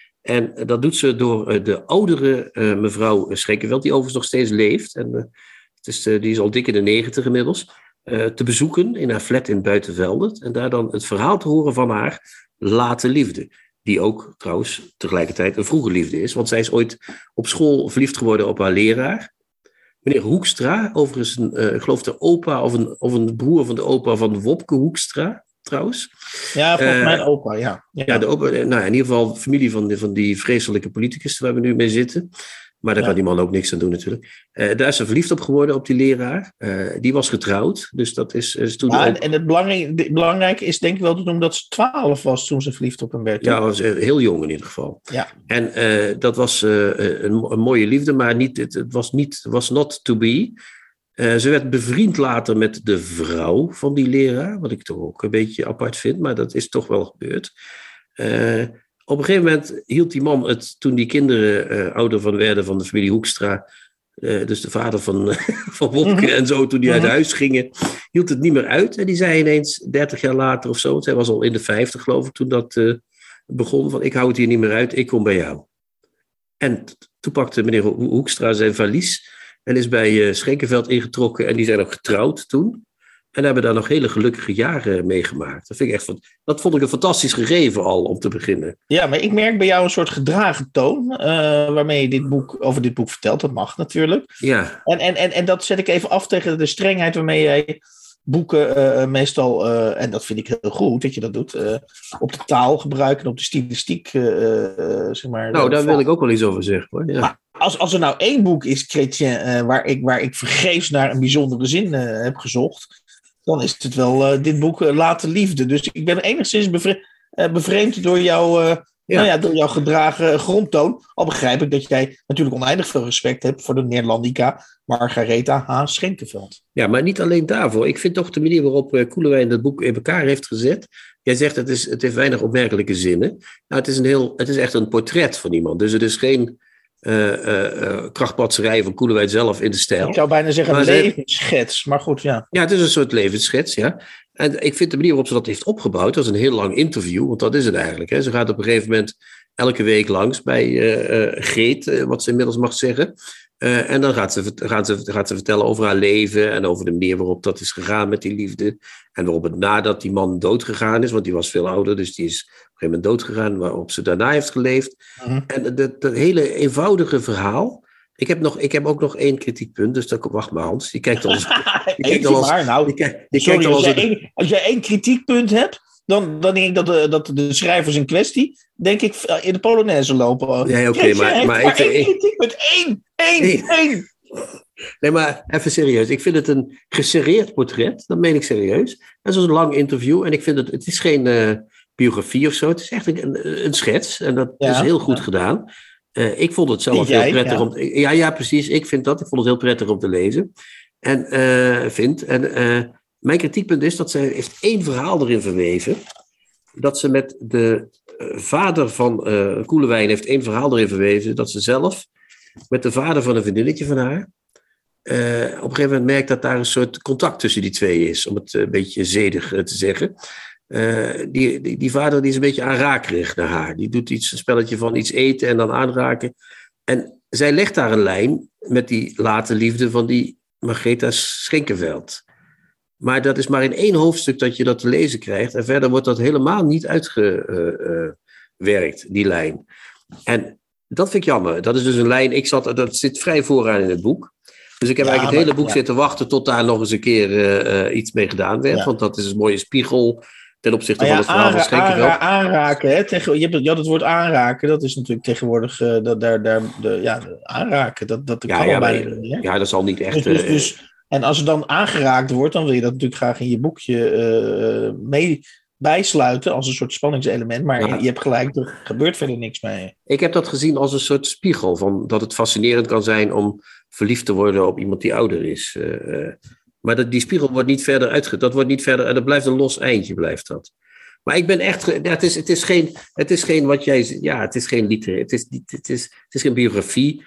En uh, dat doet ze door uh, de oudere uh, mevrouw Schenkeveld, die overigens nog steeds leeft. En, uh, het is, uh, die is al dik in de negentig inmiddels. Uh, te bezoeken in haar flat in Buitenveldert. En daar dan het verhaal te horen van haar late liefde. Die ook trouwens tegelijkertijd een vroege liefde is. Want zij is ooit op school verliefd geworden op haar leraar. Meneer Hoekstra, overigens, een, uh, ik geloof de opa of een, of een broer van de opa van Wopke Hoekstra, trouwens. Ja, volgens uh, mijn opa, ja. Ja, ja de opa, nou, in ieder geval familie van, de, van die vreselijke politicus waar we nu mee zitten. Maar daar ja. kan die man ook niks aan doen natuurlijk. Uh, daar is ze verliefd op geworden, op die leraar. Uh, die was getrouwd, dus dat is, is toen ja, ook... En het belangrijke, het belangrijke is denk ik wel te noemen dat ze twaalf was toen ze verliefd op hem werd. Ja, was heel jong in ieder geval. Ja. En uh, dat was uh, een, een mooie liefde, maar niet, het, het was niet, was not to be. Uh, ze werd bevriend later met de vrouw van die leraar, wat ik toch ook een beetje apart vind, maar dat is toch wel gebeurd. Uh, op een gegeven moment hield die man het, toen die kinderen uh, ouder van werden van de familie Hoekstra, uh, dus de vader van, uh, van Wopke mm-hmm. en zo, toen die uit huis gingen, hield het niet meer uit. En die zei ineens, dertig jaar later of zo, zij was al in de vijftig geloof ik, toen dat uh, begon, van ik hou het hier niet meer uit, ik kom bij jou. En t- toen pakte meneer Hoekstra zijn valies en is bij uh, Schenkeveld ingetrokken en die zijn ook getrouwd toen. En hebben daar nog hele gelukkige jaren meegemaakt. Dat, vind ik echt, dat vond ik een fantastisch gegeven al, om te beginnen. Ja, maar ik merk bij jou een soort gedragen toon, uh, waarmee je dit boek, over dit boek vertelt. Dat mag natuurlijk. Ja. En, en, en, en dat zet ik even af tegen de strengheid waarmee jij boeken uh, meestal, uh, en dat vind ik heel goed dat je dat doet, uh, op de taal gebruiken en op de stilistiek, uh, uh, zeg maar. Nou, daar wil ik ook wel iets over zeggen, hoor. Ja. Maar als, als er nou één boek is, Chrétien, uh, waar, ik, waar ik vergeefs naar een bijzondere zin uh, heb gezocht, dan is het wel uh, dit boek uh, Late Liefde. Dus ik ben enigszins bevre- uh, bevreemd door, jou, uh, ja. Nou ja, door jouw gedragen grondtoon. Al begrijp ik dat jij natuurlijk oneindig veel respect hebt voor de Neerlandica Margaretha H. Schenkeveld. Ja, maar niet alleen daarvoor. Ik vind toch de manier waarop uh, Koelewijn dat boek in elkaar heeft gezet. Jij zegt het, is, het heeft weinig opmerkelijke zinnen. Nou, het is, een heel, het is echt een portret van iemand. Dus het is geen uh, uh, uh, krachtpatserij van Koelewijn zelf in de stijl. Ik zou bijna zeggen een levensschets, maar goed, ja. Ja, het is een soort levensschets, ja. En ik vind de manier waarop ze dat heeft opgebouwd, dat is een heel lang interview, want dat is het eigenlijk. Hè. Ze gaat op een gegeven moment elke week langs bij uh, uh, Greet, uh, wat ze inmiddels mag zeggen. Uh, en dan gaat ze, gaat, ze, gaat ze vertellen over haar leven en over de manier waarop dat is gegaan met die liefde. En waarop het nadat die man doodgegaan is, want die was veel ouder, dus die is op een gegeven moment doodgegaan, waarop ze daarna heeft geleefd. Mm-hmm. En dat, dat hele eenvoudige verhaal. Ik heb, nog, ik heb ook nog één kritiekpunt, dus dat, wacht maar Hans. Die kijkt al als... Die kijkt al als, maar, nou, die kijkt, die sorry, kijkt al als, als, jij één, als jij één kritiekpunt hebt, dan, dan denk ik dat de, dat de schrijvers in kwestie, denk ik, in de Polonaise lopen. Ja, oké, okay, maar... maar, maar één kritiekpunt, één, één, één. Nee, maar even serieus. Ik vind het een geserreerd portret, dat meen ik serieus. Dat is een lang interview en ik vind het, het is geen uh, biografie of zo, het is echt een, een, een schets en dat ja, is heel goed ja. gedaan. Uh, ik vond het zelf jij, heel prettig ja. om... Ja, ja, precies. Ik vind dat. Ik vond het heel prettig om te lezen. En uh, vind... En uh, mijn kritiekpunt is dat ze heeft één verhaal erin verweven. Dat ze met de uh, vader van uh, Koelewijn heeft één verhaal erin verweven. Dat ze zelf met de vader van een vriendinnetje van haar... Uh, op een gegeven moment merkt dat daar een soort contact tussen die twee is. Om het een beetje zedig uh, te zeggen. Uh, die, die, die vader die is een beetje aanrakerig naar haar. Die doet iets, een spelletje van iets eten en dan aanraken. En zij legt daar een lijn met die late liefde van die Margaretha Schenkeveld. Maar dat is maar in één hoofdstuk dat je dat te lezen krijgt. En verder wordt dat helemaal niet uitgewerkt, uh, uh, die lijn. En dat vind ik jammer. Dat is dus een lijn, ik zat, dat zit vrij vooraan in het boek. Dus ik heb ja, eigenlijk het hele boek ja. zitten wachten tot daar nog eens een keer uh, uh, iets mee gedaan werd. Ja. Want dat is een mooie spiegel ten opzichte ja, van het verhaal aanra- van Schenkenveld. Aanra- aanraken, hè? Tegen, je, hebt, je had het woord aanraken. Dat is natuurlijk tegenwoordig uh, dat, daar, daar, de, ja, aanraken. Dat, dat ja, kan ja, al maar, bijna niet. Ja, dat zal niet echt... Dus, dus, dus, en als er dan aangeraakt wordt, dan wil je dat natuurlijk graag in je boekje uh, mee bijsluiten als een soort spanningselement. Maar ja. je hebt gelijk, er gebeurt verder niks mee. Ik heb dat gezien als een soort spiegel. Van dat het fascinerend kan zijn om verliefd te worden op iemand die ouder is. Uh, maar dat, die spiegel wordt niet verder uitge... Dat wordt niet verder... Dat blijft een los eindje, blijft dat. Maar ik ben echt... Ja, het, is, het, is geen, het is geen wat jij... Ja, het is geen liter... Het is, het is, het is geen biografie.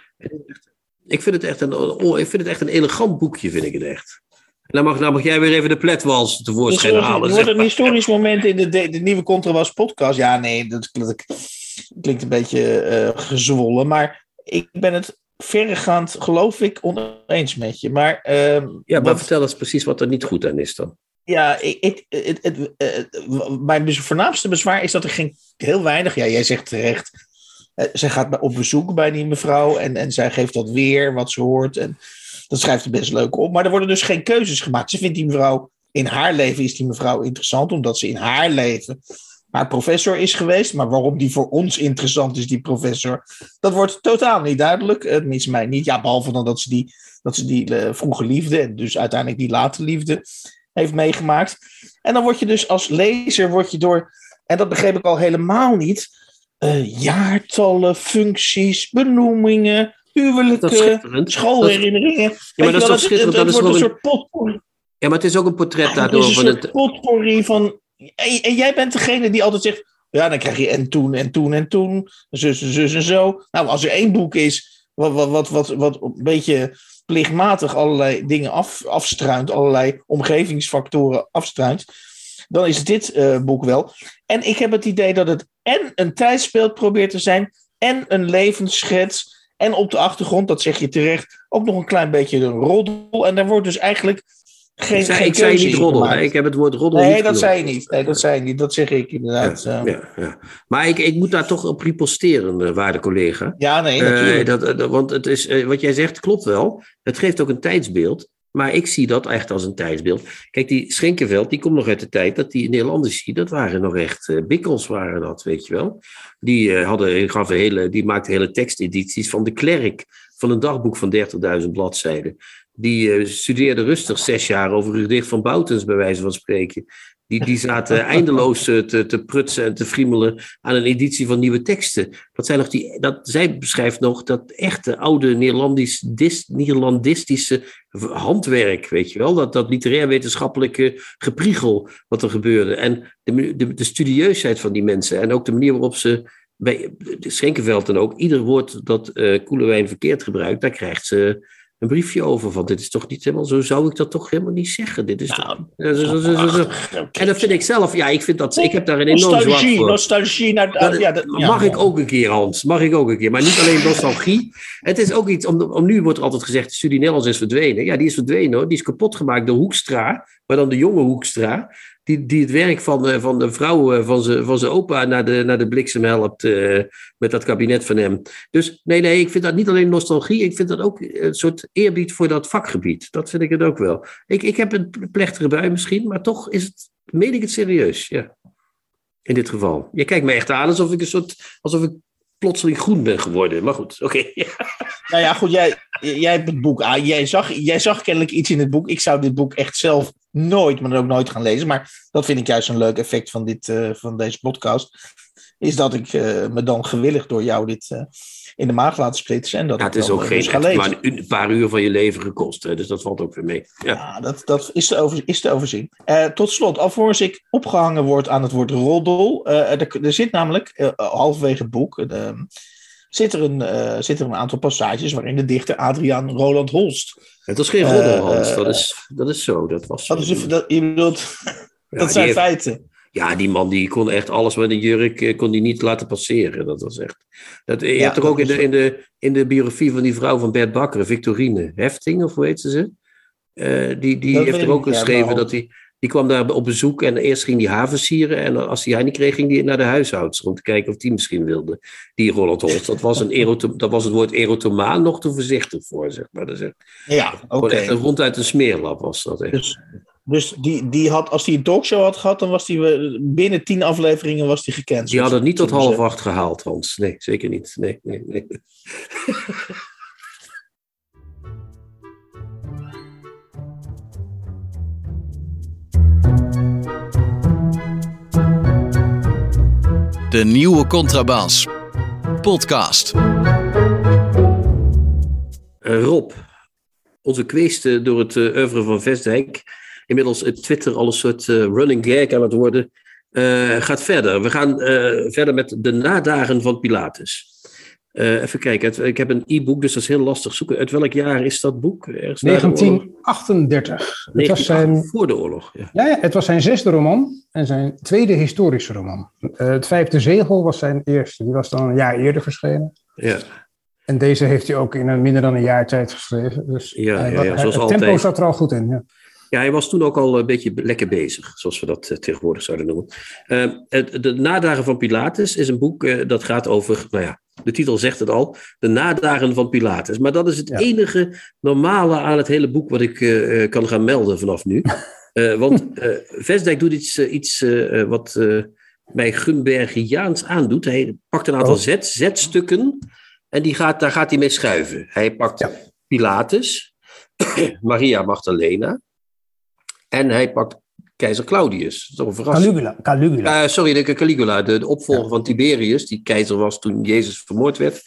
Ik vind het echt een, oh, ik vind het echt een elegant boekje, vind ik het echt. En dan mag, dan mag jij weer even de pletwals tevoorschijn dus, halen. Het wordt een historisch moment in de, de, de nieuwe Contrabas podcast. Ja, nee, dat, dat klinkt een beetje uh, gezwollen. Maar ik ben het verregaand, geloof ik, oneens met je. Maar, uh, ja, maar wat, vertel eens precies wat er niet goed aan is dan. Ja, ik, ik, het, het, het, mijn voornaamste bezwaar is dat er geen heel weinig... Ja, jij zegt terecht... Uh, zij gaat op bezoek bij die mevrouw en, en zij geeft dat weer, wat ze hoort. En dat schrijft ze best leuk op. Maar er worden dus geen keuzes gemaakt. Ze vindt die mevrouw, in haar leven is die mevrouw interessant, omdat ze in haar leven haar professor is geweest. Maar waarom die voor ons interessant is, die professor, dat wordt totaal niet duidelijk. Tenminste, mij niet. Ja, behalve dan dat ze die, dat ze die uh, vroege liefde en dus uiteindelijk die late liefde heeft meegemaakt. En dan word je dus als lezer, word je door, en dat begreep ik al helemaal niet... Uh, jaartallen, functies, benoemingen, huwelijken, schoolherinneringen. Dat, ja, maar dat is toch schitterend. Het, het, het, het wordt een een soort potpourri. Ja, maar het is ook een portret ja, daardoor. Het is een van soort het... potpourri van... En, en jij bent degene die altijd zegt... Ja, dan krijg je en toen en toen en toen. Zus en zus en zo. Nou, als er één boek is... Wat, wat, wat, wat, wat een beetje plichtmatig allerlei dingen af, afstruint. Allerlei omgevingsfactoren afstruint. Dan is dit uh, boek wel. En ik heb het idee dat het en een tijdsbeeld probeert te zijn, en een levensschets, en op de achtergrond, dat zeg je terecht, ook nog een klein beetje een roddel. En daar wordt dus eigenlijk geen, ik zei, geen ik zei niet roddel, hè? Ik heb het woord roddel nee, niet dat genoemd. zei je niet. Nee, dat zei je niet. Dat zeg ik inderdaad. Ja, ja, ja. Maar ik, ik moet daar toch op riposteren, waarde collega. Ja, nee, natuurlijk. Uh, dat, dat, want het is, uh, wat jij zegt klopt wel. Het geeft ook een tijdsbeeld. Maar ik zie dat echt als een tijdsbeeld. Kijk, die Schenkenveld, die komt nog uit de tijd dat die Nederlandici, dat waren nog echt uh, bikkels, waren dat, weet je wel. Die, uh, hadden, gaf een hele, die maakten hele tekstedities van de Klerk, van een dagboek van dertigduizend bladzijden. Die uh, studeerde rustig zes jaar over het gedicht van Boutens, bij wijze van spreken. Die, die zaten eindeloos te, te prutsen en te friemelen aan een editie van nieuwe teksten. Dat zijn nog die, dat, zij beschrijft nog dat echte oude Nederlandisch, dis, Nederlandistische handwerk, weet je wel. Dat, dat literair-wetenschappelijke gepriegel wat er gebeurde. En de, de, de studieusheid van die mensen en ook de manier waarop ze, bij Schenkenveld en ook, ieder woord dat uh, Koelewijn verkeerd gebruikt, daar krijgt ze een briefje over van, dit is toch niet helemaal, zo zou ik dat toch helemaal niet zeggen. Dit is nou, toch, zo, zo, zo, zo. En dat vind ik zelf, ja, ik vind dat, ik heb daar een enorm zwak voor. Nostalgie, naar, dat, ja, dat, mag ja, ik ook een keer, Hans, mag ik ook een keer, maar niet alleen nostalgie. Het is ook iets, om, om nu wordt er altijd gezegd, de studie Nederlands is verdwenen. Ja, die is verdwenen hoor, die is kapot gemaakt door Hoekstra, maar dan de jonge Hoekstra, die, die het werk van, van de vrouw van zijn van zijn opa naar de, naar de bliksem helpt uh, met dat kabinet van hem. Dus nee, nee, ik vind dat niet alleen nostalgie, ik vind dat ook een soort eerbied voor dat vakgebied. Dat vind ik het ook wel. Ik, ik heb een plechtige bui misschien, maar toch is het, meen ik het serieus, ja. In dit geval. Je kijkt me echt aan alsof ik een soort, alsof ik plotseling groen ben geworden. Maar goed, oké. Okay. Nou ja, goed, jij, jij hebt het boek aan. Jij zag, jij zag kennelijk iets in het boek. Ik zou dit boek echt zelf nooit, maar dan ook nooit gaan lezen. Maar dat vind ik juist een leuk effect van, dit, uh, van deze podcast. Is dat ik uh, me dan gewillig door jou dit uh, in de maag laat splitsen. En dat ja, het is ook geen dus echt, maar een, een paar uur van je leven gekost. Hè, dus dat valt ook weer mee. Ja, ja dat, dat is, te over, is te overzien. Uh, tot slot, alvorens ik opgehangen word aan het woord roddel. Uh, er, er zit namelijk, uh, halverwege het boek, uh, zit, er een, uh, zit er een aantal passages waarin de dichter Adriaan Roland Holst. Het was geen roddel, Hans. Uh, dat, is, dat is zo. Dat was dat, is, dat, je bedoelt, ja, dat zijn heeft, feiten. Ja, die man die kon echt alles met een jurk kon die niet laten passeren. Dat was echt. Dat, je ja, hebt er ook in de, in, de, in de biografie van die vrouw van Bert Bakker, Victorine Hefting, of hoe heet ze ze? Uh, die die dat heeft er ook geschreven ja, dat hij... Die kwam daar op bezoek en eerst ging die haven sieren. En als hij haar niet kreeg, ging hij naar de huishoudster om te kijken of die misschien wilde. Die Roland Holst. Dat was, een erotom, dat was het woord erotomaan nog te voorzichtig voor, zeg maar. Dat is echt, ja, oké. Okay. Echt een ronduit een smeerlap was dat echt. Dus, dus die, die had, als hij een talkshow had gehad, dan was hij binnen tien afleveringen was die gecanceld. Die had het niet tot half acht gehaald, Hans. Nee, zeker niet. Nee, nee, nee. De Nieuwe Contrabas. Podcast. Uh, Rob, onze kweeste door het uh, oeuvre van Vestdijk, inmiddels het Twitter al een soort uh, running gag aan het worden, uh, gaat verder. We gaan uh, verder met de nadagen van Pilatus. Uh, even kijken, het, ik heb een e-book, dus dat is heel lastig zoeken. Uit welk jaar is dat boek? negentien achtendertig. Het was zijn, voor de oorlog. Ja. Ja, ja, het was zijn zesde roman en zijn tweede historische roman. Uh, het Vijfde Zegel was zijn eerste. Die was dan een jaar eerder verschenen. Ja. En deze heeft hij ook in een minder dan een jaar tijd geschreven. Dus ja, hij, ja, ja, hij, zoals het altijd. tempo zat er al goed in. Ja. Ja, hij was toen ook al een beetje lekker bezig, zoals we dat uh, tegenwoordig zouden noemen. Uh, het, de Nadagen van Pilatus is een boek uh, dat gaat over, nou ja, de titel zegt het al, de nadagen van Pilatus. Maar dat is het ja. enige normale aan het hele boek wat ik uh, kan gaan melden vanaf nu. Uh, want uh, Vestdijk doet iets, uh, iets uh, wat uh, mij Gunbergiaans aandoet. Hij pakt een aantal oh. zet, zetstukken en die gaat, daar gaat hij mee schuiven. Hij pakt ja. Pilatus, Maria Magdalena en hij pakt keizer Claudius. Dat is toch een verrassing. Caligula. Caligula. Uh, sorry, de Caligula, de, de opvolger ja. van Tiberius, die keizer was toen Jezus vermoord werd.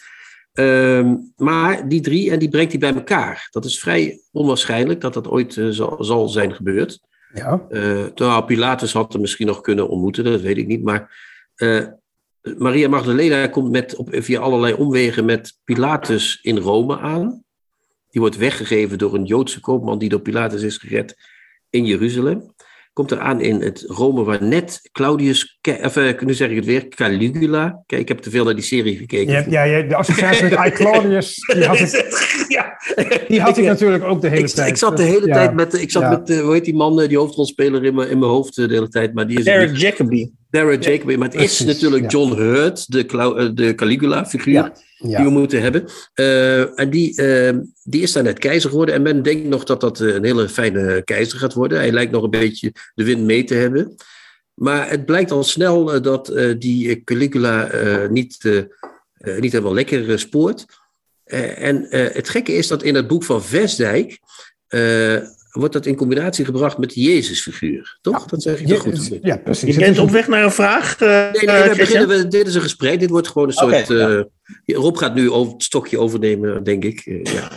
Um, maar die drie, en die brengt hij bij elkaar. Dat is vrij onwaarschijnlijk dat dat ooit uh, zal, zal zijn gebeurd. Ja. Uh, terwijl Pilatus had hem misschien nog kunnen ontmoeten, dat weet ik niet. Maar uh, Maria Magdalena komt met, op, via allerlei omwegen met Pilatus in Rome aan. Die wordt weggegeven door een Joodse koopman die door Pilatus is gered in Jeruzalem. Komt er aan in het Rome waar net Claudius, of uh, nu zeg ik het weer, Caligula. Kijk, ik heb te veel naar die serie gekeken. Ja, ja, ja de associatie met I Claudius, die had ik, ja. die had ik, ik natuurlijk ook de hele ik, tijd. Ik zat de hele ja. tijd met, ik zat ja. met, uh, hoe heet die man, die hoofdrolspeler in mijn, in mijn hoofd uh, de hele tijd. Maar die is Derek Jacobi. Derek Jacobi, maar het Precies, is natuurlijk ja. John Hurt, de, Clau- de Caligula-figuur. Ja. Ja. Die we moeten hebben. Uh, en die, uh, die is daar net keizer geworden. En men denkt nog dat dat een hele fijne keizer gaat worden. Hij lijkt nog een beetje de wind mee te hebben. Maar het blijkt al snel uh, dat uh, die Caligula uh, niet, uh, uh, niet helemaal lekker uh, spoort. Uh, en uh, het gekke is dat in het boek van Vestdijk Uh, wordt dat in combinatie gebracht met de Jezusfiguur. Toch? Ja, dat zeg ik toch goed. Ja, precies. Je bent op weg naar een vraag? Uh, nee, nee, we beginnen, we, dit is een gesprek. Dit wordt gewoon een soort... Okay, uh, ja. Rob gaat nu over het stokje overnemen, denk ik. Uh, ja.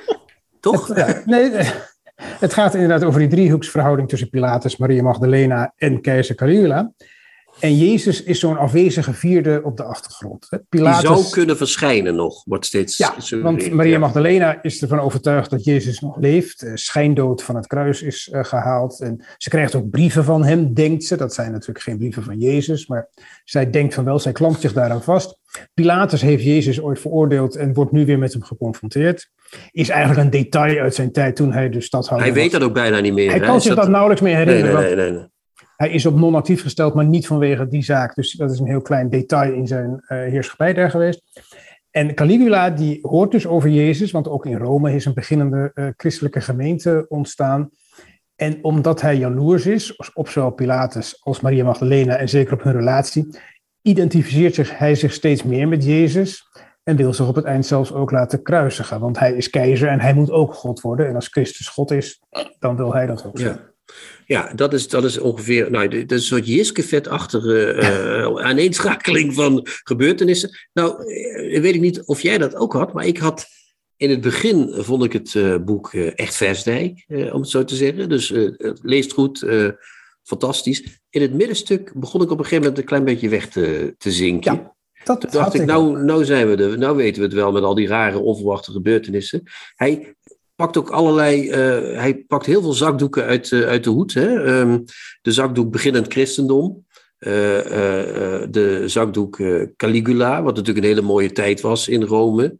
Toch? Het, ja, nee, het gaat inderdaad over die driehoeksverhouding tussen Pilatus, Maria Magdalena en keizer Caligula. En Jezus is zo'n afwezige vierde op de achtergrond. Pilatus, die zou kunnen verschijnen nog, wordt steeds... Ja, want Maria Magdalena is ervan overtuigd dat Jezus nog leeft. Schijndood van het kruis is uh, gehaald. En ze krijgt ook brieven van hem, denkt ze. Dat zijn natuurlijk geen brieven van Jezus, maar zij denkt van wel, zij klampt zich daaraan vast. Pilatus heeft Jezus ooit veroordeeld en wordt nu weer met hem geconfronteerd. Is eigenlijk een detail uit zijn tijd toen hij de stadhouder Hij weet was. dat ook bijna niet meer. Hij hè? kan zich dat, dat nauwelijks meer herinneren. Nee, nee, nee, nee, nee. Hij is op non-actief gesteld, maar niet vanwege die zaak. Dus dat is een heel klein detail in zijn uh, heerschappij daar geweest. En Caligula, die hoort dus over Jezus, want ook in Rome is een beginnende uh, christelijke gemeente ontstaan. En omdat hij jaloers is, op zowel Pilatus als Maria Magdalena en zeker op hun relatie, identificeert zich, hij zich steeds meer met Jezus en wil zich op het eind zelfs ook laten kruisigen. Want hij is keizer en hij moet ook God worden. En als Christus God is, dan wil hij dat ook zijn. Ja. Ja, dat is, dat is ongeveer nou, dat is een soort Jiske-vet-achtige uh, aaneenschakeling van gebeurtenissen. Nou, uh, weet ik niet of jij dat ook had, maar ik had in het begin, vond ik het uh, boek uh, echt Vestdijk, uh, om het zo te zeggen. Dus uh, het leest goed, uh, fantastisch. In het middenstuk begon ik op een gegeven moment een klein beetje weg te, te zinken. Ja, dat Toen dacht ik, nou, nou zijn we er, nou weten we het wel met al die rare, onverwachte gebeurtenissen. Hij... pakt ook allerlei, uh, hij pakt heel veel zakdoeken uit, uh, uit de hoed. Hè? Um, de zakdoek Beginnend Christendom. Uh, uh, uh, de zakdoek uh, Caligula, wat natuurlijk een hele mooie tijd was in Rome.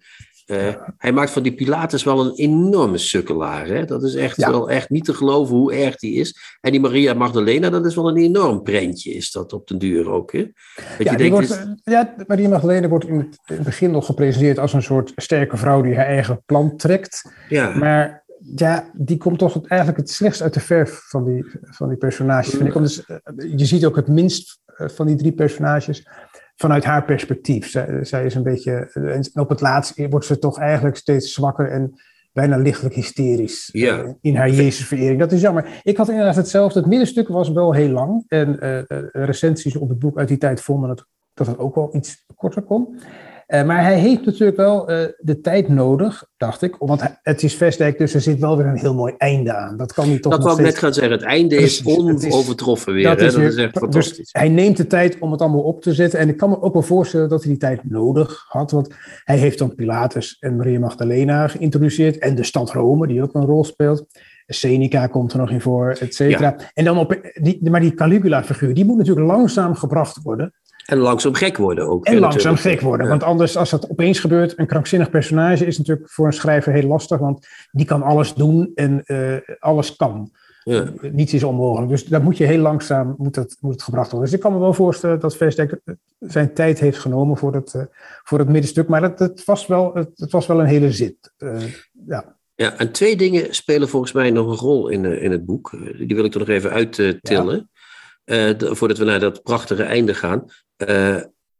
Uh, hij maakt van die Pilatus wel een enorme sukkelaar. Hè? Dat is echt ja. wel echt niet te geloven hoe erg die is. En die Maria Magdalena, dat is wel een enorm prentje, is dat op den duur ook. Hè? Ja, je denkt, wordt, is... ja, Maria Magdalena wordt in het, in het begin nog gepresenteerd als een soort sterke vrouw die haar eigen plan trekt. Ja. Maar ja, die komt toch eigenlijk het slechtst uit de verf van die, van die personages. Vind ik. Dus, je ziet ook het minst van die drie personages vanuit haar perspectief. Zij, zij is een beetje... En op het laatst wordt ze toch eigenlijk steeds zwakker en bijna lichtelijk hysterisch ja. uh, in haar Jezusverering. Dat is jammer. Ik had inderdaad hetzelfde. Het middenstuk was wel heel lang. En uh, recensies op het boek uit die tijd vonden het, dat het ook wel iets korter kon. Uh, maar hij heeft natuurlijk wel uh, de tijd nodig, dacht ik. Want het is Vestdijk, dus er zit wel weer een heel mooi einde aan. Dat kan niet toch Dat nog wou ik steeds... net gaan zeggen. Het einde Precies, is onovertroffen weer. Dat, hè? Is, weer, dat is echt fantastisch. Dus hij neemt de tijd om het allemaal op te zetten. En ik kan me ook wel voorstellen dat hij die tijd nodig had. Want hij heeft dan Pilatus en Maria Magdalena geïntroduceerd. En de stad Rome, die ook een rol speelt. Seneca komt er nog in voor, et cetera. Ja. En dan op die, maar die Caligula-figuur, die moet natuurlijk langzaam gebracht worden. En langzaam gek worden ook. En langzaam gek worden. Ja. Want anders, als dat opeens gebeurt, een krankzinnig personage is natuurlijk voor een schrijver heel lastig. Want die kan alles doen en uh, alles kan. Ja. Niets is onmogelijk. Dus dat moet je heel langzaam moet het, moet het gebracht worden. Dus ik kan me wel voorstellen dat Vestdijk zijn tijd heeft genomen voor het, uh, voor het middenstuk. Maar het, het, was wel, het, het was wel een hele zit. Uh, ja. Ja, en twee dingen spelen volgens mij nog een rol in, uh, in het boek. Uh, die wil ik er nog even uittillen. Uh, Uh, de, voordat we naar dat prachtige einde gaan. Uh,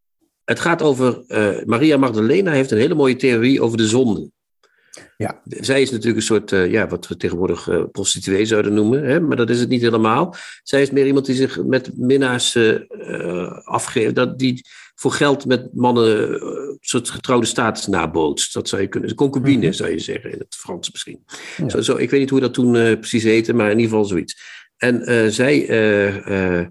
het gaat over... Uh, Maria Magdalena heeft een hele mooie theorie over de zonde. Ja. Zij is natuurlijk een soort... Uh, ja, wat we tegenwoordig uh, prostituee zouden noemen. Hè? Maar dat is het niet helemaal. Zij is meer iemand die zich met minnaars uh, afgeeft. Dat die voor geld met mannen uh, een soort getrouwde status nabootst. Dat zou je kunnen... Concubine mm-hmm. zou je zeggen in het Frans misschien. Ja. Zo, zo, ik weet niet hoe dat toen uh, precies heette. Maar in ieder geval zoiets. En uh, zij uh, uh,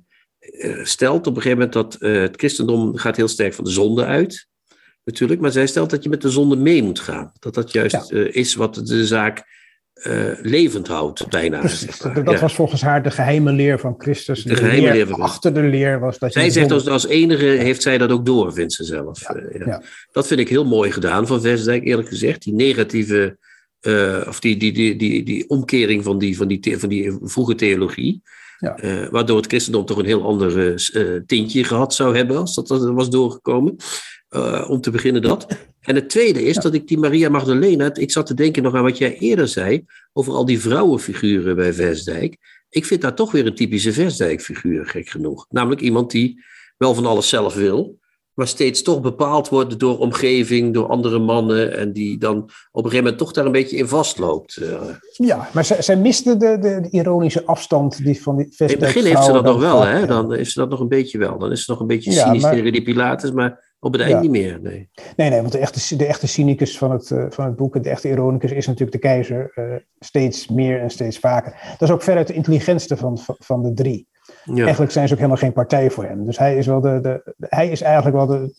stelt op een gegeven moment dat uh, het christendom gaat heel sterk van de zonde uit. Natuurlijk, maar zij stelt dat je met de zonde mee moet gaan. Dat dat juist ja. uh, is wat de zaak uh, levend houdt, bijna. Precies, dat dat ja. was volgens haar de geheime leer van Christus. De, de geheime leer, leer van achter de leer was dat je... Zij zegt als, als enige heeft zij dat ook door, vindt ze zelf. Ja. Uh, ja. Ja. Dat vind ik heel mooi gedaan van Vestdijk, eerlijk gezegd. Die negatieve... Uh, of die, die, die, die, die omkering van die, van die, the, van die vroege theologie. Ja. Uh, waardoor het christendom toch een heel ander uh, tintje gehad zou hebben als dat, dat was doorgekomen. Uh, om te beginnen dat. En het tweede is ja. dat ik die Maria Magdalena... Ik zat te denken nog aan wat jij eerder zei... over al die vrouwenfiguren bij Vestdijk. Ik vind daar toch weer een typische Vestdijk-figuur, gek genoeg. Namelijk iemand die wel van alles zelf wil... maar steeds toch bepaald wordt door omgeving, door andere mannen... en die dan op een gegeven moment toch daar een beetje in vastloopt. Uh. Ja, maar zij, zij miste de, de, de ironische afstand die van die Vestdijk. In het begin heeft ze dat nog wel, hè? Dan heeft ze dat nog een beetje wel. Dan is ze nog een beetje ja, cynisch maar, tegen die Pilatus, maar op het ja. eind niet meer. Nee, nee, nee want de echte, de echte cynicus van het, uh, van het boek, de echte ironicus, is natuurlijk de keizer. Uh, steeds meer en steeds vaker. Dat is ook veruit de intelligentste van, van, van de drie. Ja. Eigenlijk zijn ze ook helemaal geen partij voor hem. Dus hij is, wel de, de, hij is eigenlijk wel de...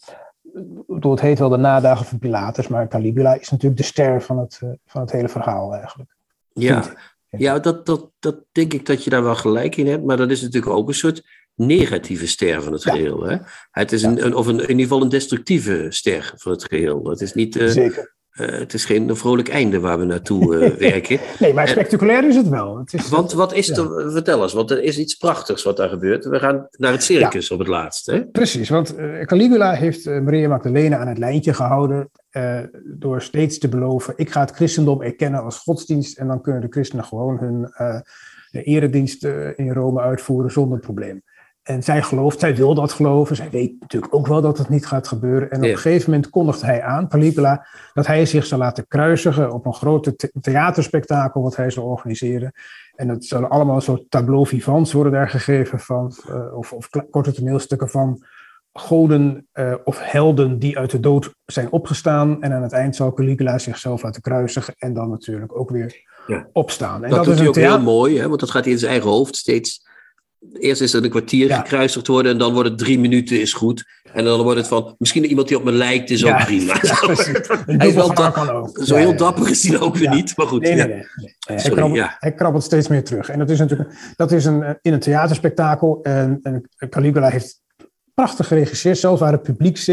Het heet wel de nadagen van Pilatus, maar Caligula is natuurlijk de ster van het, van het hele verhaal eigenlijk. Ja, ja dat, dat, dat denk ik dat je daar wel gelijk in hebt. Maar dat is natuurlijk ook een soort negatieve ster van het ja. geheel. Hè? Het is een, ja. een, of een, in ieder geval een destructieve ster van het geheel. Het is niet... Uh, Zeker. Uh, het is geen vrolijk einde waar we naartoe uh, werken. Nee, maar spectaculair is het wel. Het is, want wat is ja. er, vertel eens, want er is iets prachtigs wat daar gebeurt. We gaan naar het circus ja. op het laatst. Hè? Precies, want uh, Caligula heeft uh, Maria Magdalena aan het lijntje gehouden... Uh, door steeds te beloven, ik ga het christendom erkennen als godsdienst... en dan kunnen de christenen gewoon hun uh, eredienst uh, in Rome uitvoeren zonder probleem. En zij gelooft, zij wil dat geloven. Zij weet natuurlijk ook wel dat het niet gaat gebeuren. En ja. op een gegeven moment kondigt hij aan, Caligula, dat hij zich zou laten kruisigen op een grote the- theaterspektakel wat hij zou organiseren. En dat zullen allemaal soort tableau vivants worden daar gegeven van, uh, of, of korte toneelstukken van goden uh, of helden die uit de dood zijn opgestaan. En aan het eind zal Caligula zichzelf laten kruisigen en dan natuurlijk ook weer ja. opstaan. En dat, dat doet is hij ook thea- heel mooi, hè? Want dat gaat hij in zijn eigen hoofd steeds... Eerst is er een kwartier ja. gekruisigd worden en dan wordt het drie minuten is goed. En dan wordt het van, misschien iemand die op me lijkt is ook ja, prima. Ja, hij is wel da- kan ook. Zo ja, heel ja. dapper is hij ook weer ja. niet, maar goed. Nee, ja. nee, nee. nee. Sorry, hij, krabbelt, ja. hij krabbelt steeds meer terug. En dat is natuurlijk dat is een, in een theaterspektakel. En, en Caligula heeft prachtig geregisseerd, zelfs waar het publiek zit.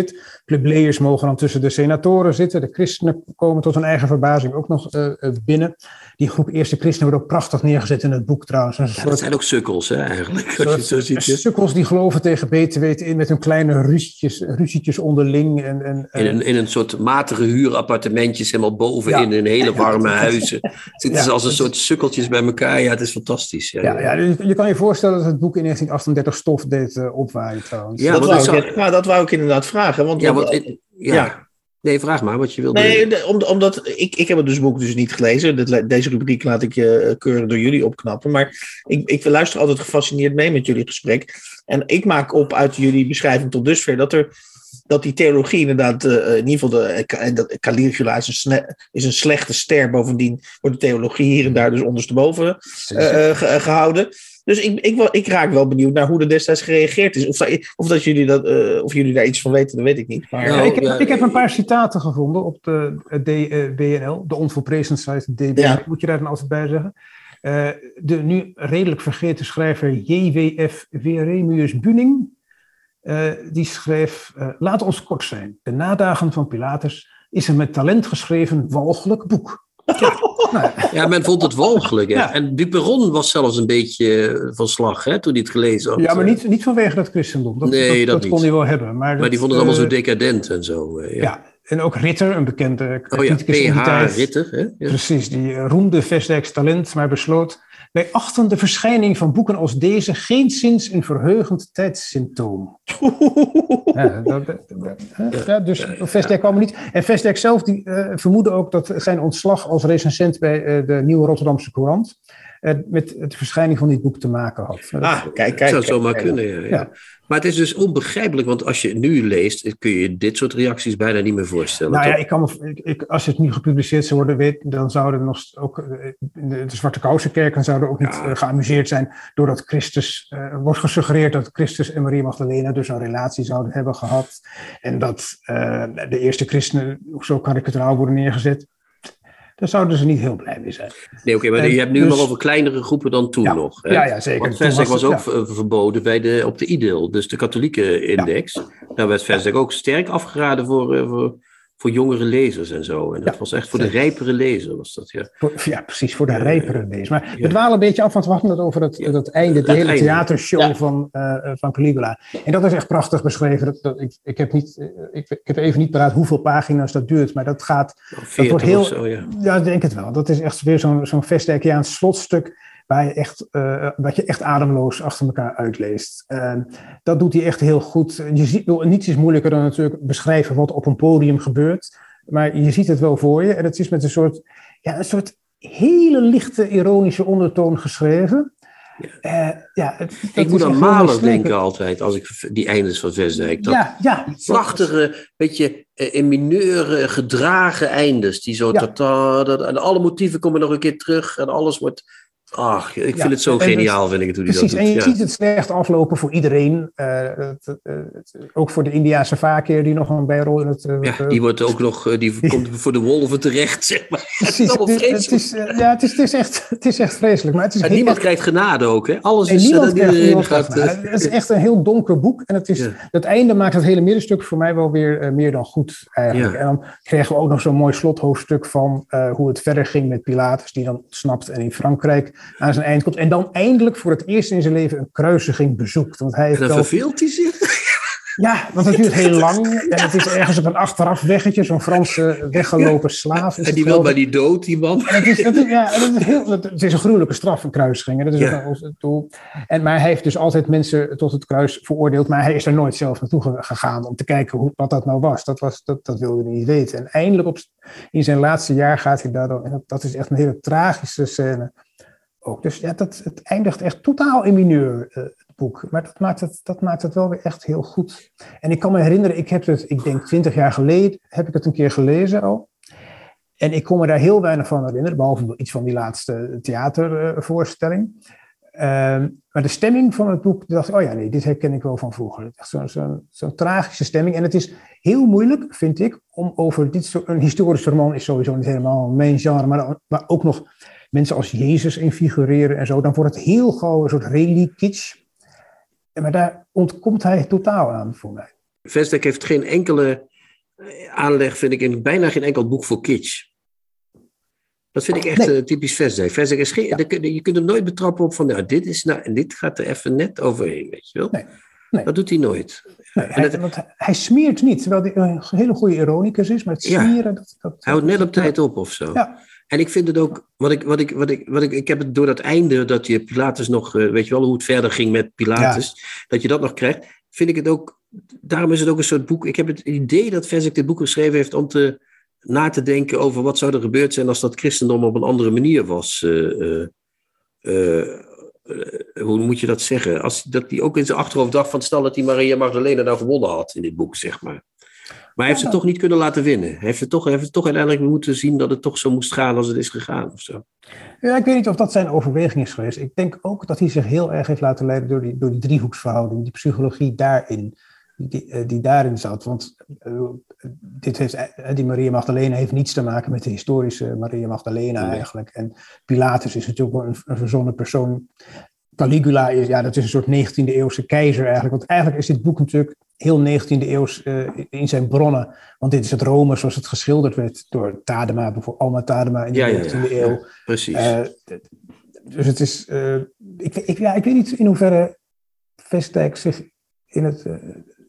plebeiers mogen dan tussen de senatoren zitten. De christenen komen tot hun eigen verbazing ook nog uh, binnen. Die groep eerste christenen wordt ook prachtig neergezet in het boek trouwens. Ja, dat zijn ook sukkels, hè, eigenlijk. Soort, als je het zo ziet, sukkels die geloven tegen beter weten in met hun kleine ruzietjes, ruzietjes onderling. En, en, in, een, in een soort matige huurappartementjes helemaal bovenin, ja. in hele warme huizen. Zitten ze ja, als een soort sukkeltjes bij elkaar. Ja, het is fantastisch. Ja, ja, ja. Ja, je kan je voorstellen dat het boek in negentien achtendertig stof deed uh, opwaaien trouwens. Ja, dat, wou zou... ik, nou, dat wou ik inderdaad vragen. Want, ja, want, want, ja. ja. Nee, vraag maar wat je wilde. Nee, de, om, omdat ik, ik heb het dus boek dus niet gelezen. Dit, deze rubriek laat ik uh, keurig door jullie opknappen. Maar ik, ik luister altijd gefascineerd mee met jullie gesprek. En ik maak op uit jullie beschrijving tot dusver dat er dat die theologie inderdaad, uh, in ieder geval de uh, Caligula is een, sne, is een slechte ster. Bovendien wordt de theologie hier en daar dus ondersteboven uh, uh, ge, gehouden. Dus ik, ik, ik raak wel benieuwd naar hoe er destijds gereageerd is. Of, dat, of, dat jullie, dat, uh, of jullie daar iets van weten, dat weet ik niet. Maar, ja, ik, heb, ik heb een paar citaten gevonden op de D B N L, de onvolprezen site D B N L, ja. Moet je daar dan altijd bij zeggen. Uh, de nu redelijk vergeten schrijver J W F Veremius Buning, uh, die schreef, uh, laat ons kort zijn. De nadagen van Pilatus is een met talent geschreven walgelijk boek. Ja, nou. ja, men vond het walgelijk. Ja. En Duperron was zelfs een beetje van slag, hè, toen hij het gelezen had. Ja, maar niet, niet vanwege dat christendom. Dat, nee, dat, dat, dat kon hij wel hebben. Maar, maar dat, die vonden het uh, allemaal zo decadent en zo. Uh, ja. ja, en ook Ritter, een bekende oh, ja, criticus in die tijd. Ritter, hè? Ja. Precies, die uh, roemde Vestdijks talent, maar besloot... Wij achten de verschijning van boeken als deze geenszins een verheugend tijdssymptoom. ja, dat, dat, dat, ja, dus Vestdijk kwam er niet. En Vestdijk zelf die, uh, vermoedde ook dat zijn ontslag als recensent bij uh, de Nieuwe Rotterdamse Courant uh, met de verschijning van dit boek te maken had. Ah, dat, kijk, kijk. Zou zomaar kunnen, ja, ja. ja. Maar het is dus onbegrijpelijk, want als je het nu leest, kun je dit soort reacties bijna niet meer voorstellen. Nou toch? ja, ik kan me, ik, ik, als het nu gepubliceerd zou worden, weet, dan zouden nog ook de, de Zwarte Kousenkerken zouden ook niet ja. uh, geamuseerd zijn doordat Christus, uh, wordt gesuggereerd dat Christus en Maria Magdalena dus een relatie zouden hebben gehad. En dat uh, de eerste christenen zo karikaturaal worden neergezet. Daar zouden ze niet heel blij mee zijn. Nee, oké, okay, maar en, je hebt nu dus, maar over kleinere groepen dan toen ja, nog. Hè? Ja, ja, zeker. Want Vestdijk was, was ook ja. verboden bij de, op de I D I L, dus de katholieke index. Ja. Daar werd Vestdijk ook sterk afgeraden voor, voor, voor jongere lezers en zo. En dat ja, was echt voor zeker. de rijpere lezer. Was dat, ja. Voor, ja, precies, voor de ja, rijpere lezer. Maar ja. we dwalen een beetje af, want we hadden het over het, ja. dat einde, de hele einde. theatershow ja. van, uh, van Caligula. En dat is echt prachtig beschreven. Dat, dat, ik, ik, heb niet, ik, ik heb even niet paraat hoeveel pagina's dat duurt, maar dat gaat... Dat wordt heel, zo, ja. ja, ik denk het wel. Dat is echt weer zo'n, zo'n Vestdijkiaans slotstuk waar je echt, uh, dat je echt ademloos achter elkaar uitleest. Uh, dat doet hij echt heel goed. Je ziet, niets is moeilijker dan natuurlijk beschrijven wat op een podium gebeurt. Maar je ziet het wel voor je. En het is met een soort, ja, een soort hele lichte ironische ondertoon geschreven. Ja. Uh, ja, het, ik moet aan Mahler denken altijd, als ik die eindes van Vestdijk. Dat ja, ja. prachtige, beetje uh, in mineur uh, gedragen eindes. Die zo, ja. tata, dat, en alle motieven komen nog een keer terug en alles wordt... Ach, ik vind ja, het zo geniaal, het, vind ik het, hoe die precies, dat doet. En je ja. ziet het slecht aflopen voor iedereen. Uh, het, het, ook voor de Indiase vaker die nog een bijrol in het... Uh, ja, die wordt ook nog, die komt voor de wolven terecht, zeg maar. Precies, het is, het is, uh, ja, het is, het, is echt, het is echt vreselijk. Maar het is en niemand echt... krijgt genade ook, hè? Alles en is... niemand uh, krijgt niemand gaat, uh, het is echt een heel donker boek. En het, is, ja. het einde maakt het hele middenstuk voor mij wel weer uh, meer dan goed, eigenlijk. Ja. En dan krijgen we ook nog zo'n mooi slothoofdstuk van uh, hoe het verder ging met Pilatus, die dan ontsnapt en in Frankrijk aan zijn eind komt. En dan eindelijk voor het eerst in zijn leven een kruisiging bezoekt. Want hij heeft en dan wel... verveelt hij zich. Ja, want het duurt heel lang. En het is ergens op een achteraf weggetje, zo'n Franse weggelopen slaaf. En die wil bij die dood, die man. En het, is, het, is, ja, het, is heel, het is een gruwelijke straf, een kruisiging. Dat is ja. ook het doel. En, maar hij heeft dus altijd mensen tot het kruis veroordeeld. Maar hij is er nooit zelf naartoe gegaan om te kijken hoe, wat dat nou was. Dat, was dat, dat wilde hij niet weten. En eindelijk op, in zijn laatste jaar gaat hij daar dan... En dat, dat is echt een hele tragische scène. Ook. Dus ja, dat, het eindigt echt totaal in mineur, uh, het boek. Maar dat maakt het, dat maakt het wel weer echt heel goed. En ik kan me herinneren, ik heb het, ik denk twintig jaar geleden, heb ik het een keer gelezen al. En ik kon me daar heel weinig van herinneren, behalve iets van die laatste theatervoorstelling. Uh, um, maar de stemming van het boek, dacht ik, oh ja, nee, dit herken ik wel van vroeger. Echt zo'n, zo'n, zo'n tragische stemming. En het is heel moeilijk, vind ik, om over dit soort, een historische roman is sowieso niet helemaal mijn genre, maar, maar ook nog mensen als Jezus in figureren en zo, dan wordt het heel gauw een soort reliquie. Maar daar ontkomt hij totaal aan voor mij. Vestdijk heeft geen enkele aanleg vind ik in bijna geen enkel boek voor kitsch. Dat vind ik echt nee. uh, typisch Vestdijk. Vestdijk is geen, ja. de, je kunt hem nooit betrappen op van, nou, dit is nou, en dit gaat er even net overheen, weet je wel. Nee. Nee. Dat doet hij nooit. Nee, hij, dat, want hij smeert niet, terwijl hij een hele goede ironicus is, maar het smeren... Ja, dat, dat, hij houdt net op tijd op of zo. Ja. En ik vind het ook, wat ik, wat ik, wat ik, wat ik, ik heb het door dat einde, dat je Pilatus nog, uh, weet je wel, hoe het verder ging met Pilatus, ja. dat je dat nog krijgt, vind ik het ook, daarom is het ook een soort boek, ik heb het idee dat Vestdijk dit boek geschreven heeft om te, na te denken over wat zou er gebeurd zijn als dat christendom op een andere manier was. Uh, uh, uh, Uh, hoe moet je dat zeggen? Als dat hij ook in zijn achterhoofd dacht van stel dat hij Maria Magdalena nou gewonnen had in dit boek, zeg maar. Maar hij heeft ja, ze toch niet kunnen laten winnen. Hij heeft het toch, hij heeft het toch uiteindelijk moeten zien dat het toch zo moest gaan als het is gegaan of zo. Ja, ik weet niet of dat zijn overweging is geweest. Ik denk ook dat hij zich heel erg heeft laten leiden door die, door die driehoeksverhouding, die psychologie daarin, die, die daarin zat. Want uh, dit heeft, die Maria Magdalena heeft niets te maken met de historische Maria Magdalena nee. eigenlijk. En Pilatus is natuurlijk een, een verzonnen persoon. Caligula is, ja, dat is een soort negentiende eeuwse keizer eigenlijk. Want eigenlijk is dit boek natuurlijk heel negentiende eeuws uh, in zijn bronnen. Want dit is het Rome zoals het geschilderd werd door Tadema, bijvoorbeeld Alma Tadema in de ja, negentiende ja, ja, eeuw. Ja, precies. Uh, dus het is, uh, ik, ik, ja, ik weet niet in hoeverre Vestdijk zich in het, uh,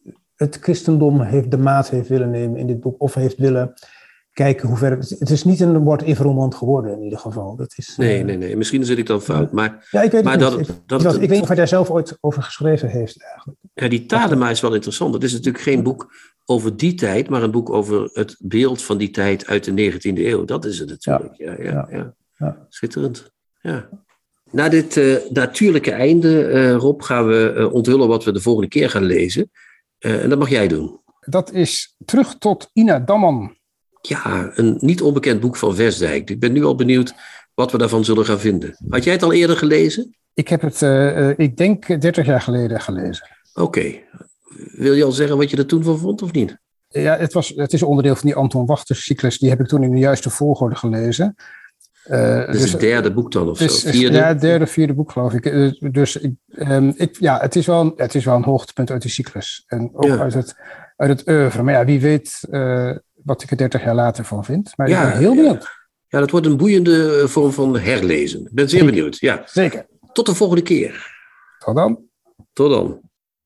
het christendom heeft, de maat heeft willen nemen in dit boek. Of heeft willen kijken hoe ver... Het is niet een what-if-roman geworden in ieder geval. Dat is, nee, uh, nee, nee. Misschien zit ik dan fout. Maar, ja, ik weet, maar het dat, ik, dat, dat, dat, ik weet niet of hij daar zelf ooit over geschreven heeft eigenlijk. Ja, die Tadema is wel interessant. Het is natuurlijk geen boek over die tijd, maar een boek over het beeld van die tijd uit de negentiende eeuw. Dat is het natuurlijk. Ja, ja, ja, ja. ja. Schitterend. Ja. Na dit uh, natuurlijke einde, uh, Rob, gaan we uh, onthullen wat we de volgende keer gaan lezen. Uh, en dat mag jij doen. Dat is Terug tot Ina Damman. Ja, een niet onbekend boek van Vestdijk. Ik ben nu al benieuwd wat we daarvan zullen gaan vinden. Had jij het al eerder gelezen? Ik heb het, uh, ik denk, dertig jaar geleden gelezen. Oké. Okay. Wil je al zeggen wat je er toen van vond of niet? Ja, het, was, het is onderdeel van die Anton Wachters cyclus. Die heb ik toen in de juiste volgorde gelezen. Uh, dat is dus, het derde boek dan of dus, zo? Vierde? Ja, het derde, vierde boek geloof ik. Uh, dus ik, um, ik, ja, het is, wel een, het is wel een hoogtepunt uit die cyclus. En ook ja. uit, het, uit het oeuvre. Maar ja, wie weet... Uh, wat ik er dertig jaar later van vind. Maar ja, ik ben heel benieuwd. Ja. ja, dat wordt een boeiende vorm van herlezen. Ik ben zeer Zeker. benieuwd. Ja. Zeker. Tot de volgende keer. Tot dan. Tot dan.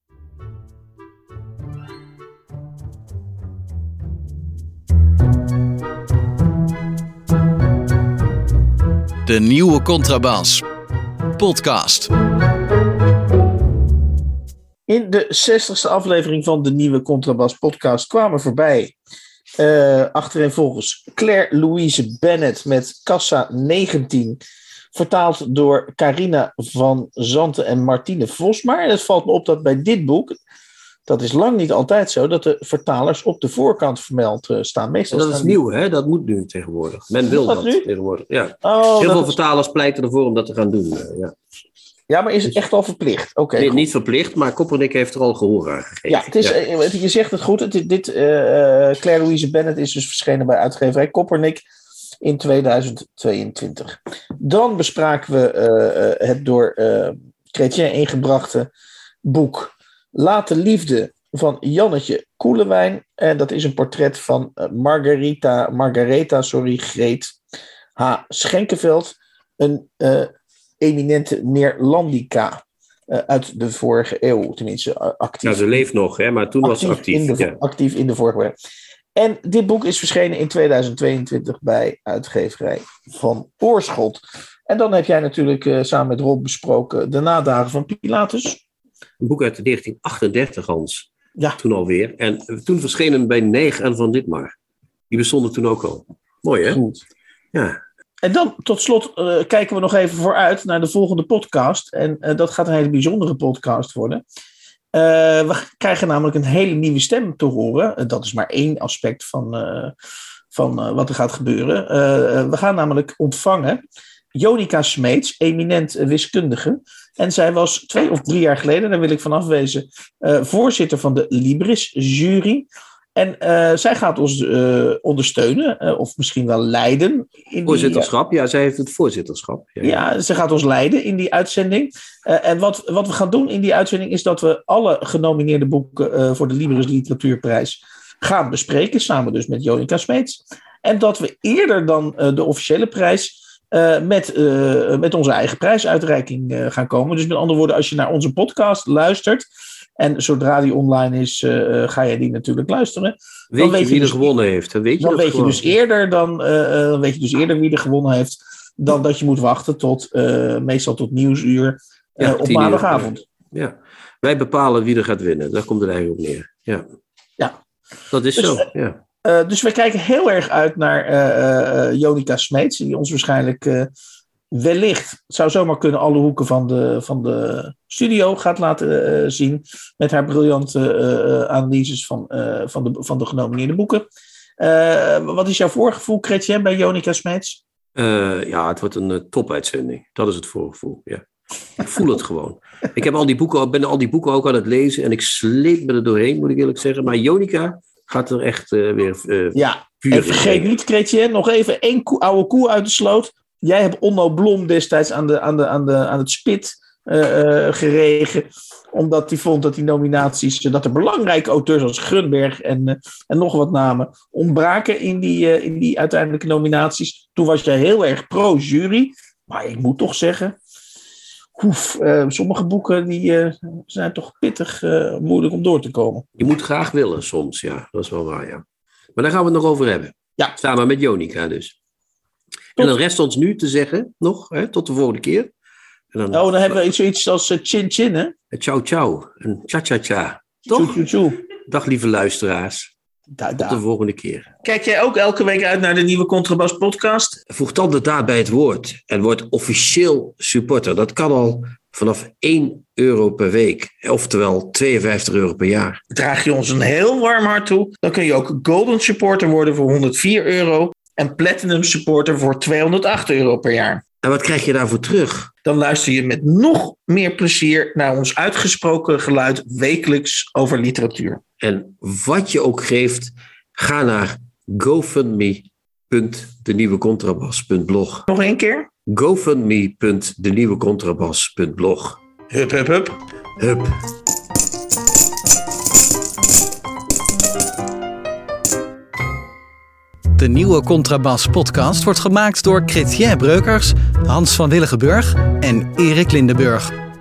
De Nieuwe Contrabas. Podcast. In de zestigste aflevering van de Nieuwe Contrabas podcast kwamen voorbij Uh, achtereenvolgens Claire Louise Bennett met Kassa negentien. Vertaald door Carina van Zanten en Martine Vosma. En het valt me op dat bij dit boek, dat is lang niet altijd zo, dat de vertalers op de voorkant vermeld uh, staan. Meestal dat is staan nieuw, hè? Dat moet nu tegenwoordig. Men wil dat, dat nu? tegenwoordig. Ja. Oh, Heel veel is... vertalers pleiten ervoor om dat te gaan doen. Uh, ja. Ja, maar is het echt al verplicht? Okay, nee, niet verplicht, maar Koppernik heeft er al gehoor aan gegeven. Ja, het is, ja. Je zegt het goed. Het, dit, uh, Claire Louise Bennett is dus verschenen bij uitgeverij Koppernik in tweeduizend tweeëntwintig. Dan bespraken we uh, het door uh, Chrétien ingebrachte boek Laat de Liefde van Jannetje Koelewijn. En dat is een portret van uh, Margarita, Margaretha sorry, Greet H. Schenkenveld. Een... Uh, eminente Neerlandica uh, uit de vorige eeuw, tenminste uh, actief. Ja, ze leeft nog, hè, maar toen actief was ze actief. In de, ja. Actief in de vorige eeuw. En dit boek is verschenen in tweeduizend tweeëntwintig bij uitgeverij Van Oorschot. En dan heb jij natuurlijk uh, samen met Rob besproken De Nadagen van Pilatus. Een boek uit negentien achtendertig, Hans. Ja. Toen alweer. En toen verscheen hem bij Neeg en Van Ditmar. Die bestonden toen ook al. Mooi, hè? Goed. Ja. En dan tot slot uh, kijken we nog even vooruit naar de volgende podcast. En uh, dat gaat een hele bijzondere podcast worden. Uh, we krijgen namelijk een hele nieuwe stem te horen. Uh, dat is maar één aspect van, uh, van uh, wat er gaat gebeuren. Uh, we gaan namelijk ontvangen Jonica Smeets, eminent wiskundige. En zij was twee of drie jaar geleden, daar wil ik van afwezen, uh, voorzitter van de Libris jury. En uh, zij gaat ons uh, ondersteunen, uh, of misschien wel leiden. In voorzitterschap, die, uh, ja, zij heeft het voorzitterschap. Ja, ja, ze gaat ons leiden in die uitzending. Uh, en wat, wat we gaan doen in die uitzending is dat we alle genomineerde boeken uh, voor de Libris Literatuurprijs gaan bespreken. Samen dus met Jonica Smeets. En dat we eerder dan uh, de officiële prijs uh, met, uh, met onze eigen prijsuitreiking uh, gaan komen. Dus met andere woorden, als je naar onze podcast luistert. En zodra die online is, uh, ga je die natuurlijk luisteren. Weet dan je weet wie je er dus, gewonnen heeft. Dan weet je, dan dat weet je dus eerder dan, uh, dan weet je dus eerder wie er gewonnen heeft. Dan dat je moet wachten tot uh, meestal tot nieuwsuur uh, ja, op maandagavond. Uur. Ja, wij bepalen wie er gaat winnen. Daar komt het eigenlijk op neer. Ja, ja. Dat is dus, zo. Ja. Uh, dus wij kijken heel erg uit naar uh, uh, Jonica Smeets. Die ons waarschijnlijk uh, wellicht, het zou zomaar kunnen, alle hoeken van de, van de studio gaat laten uh, zien. Met haar briljante uh, analyses van, uh, van, de, van de genomineerde boeken. Uh, wat is jouw voorgevoel, Chrétien, bij Jonica Smeets? Uh, ja, het wordt een uh, topuitzending. Dat is het voorgevoel, ja. Ik voel het gewoon. Ik heb al die boeken, ben al die boeken ook aan het lezen. En ik sleep me er doorheen, moet ik eerlijk zeggen. Maar Jonica gaat er echt uh, weer uh, ja, en vergeet niet, Chrétien, nog even één koe, oude koe uit de sloot. Jij hebt Onno Blom destijds aan, de, aan, de, aan, de, aan het spit uh, uh, geregen. Omdat hij vond dat die nominaties, dat er belangrijke auteurs als Grunberg en, uh, en nog wat namen ontbraken in die, uh, in die uiteindelijke nominaties. Toen was jij heel erg pro-jury. Maar ik moet toch zeggen, oef, uh, sommige boeken die, uh, zijn toch pittig uh, moeilijk om door te komen. Je moet graag willen soms, ja. Dat is wel waar, ja. Maar daar gaan we het nog over hebben. Ja. Samen met Jonica dus. Tot. En dan rest ons nu te zeggen, nog, hè, tot de volgende keer. En dan, oh, dan hebben we zoiets als uh, chin chin, hè? Ciao ciao, en cha cha cha. Toch? Tjoe, tjoe, tjoe. Dag lieve luisteraars. Da, da. Tot de volgende keer. Kijk jij ook elke week uit naar de nieuwe Contrabas podcast? Voeg dan de daad bij het woord en word officieel supporter. Dat kan al vanaf één euro per week. Oftewel tweeënvijftig euro per jaar. Draag je ons een heel warm hart toe, dan kun je ook Golden Supporter worden voor honderdvier euro. En Platinum Supporter voor tweehonderdacht euro per jaar. En wat krijg je daarvoor terug? Dan luister je met nog meer plezier naar ons uitgesproken geluid wekelijks over literatuur. En wat je ook geeft, ga naar gofundme punt de nieuwe contrabas punt blog. Nog één keer? gofundme punt de nieuwe contrabas punt blog. Hup, hup, hup. Hup. De nieuwe Contrabas podcast wordt gemaakt door Chrétien Breukers, Hans van Willigenburg en Erik Lindenburg.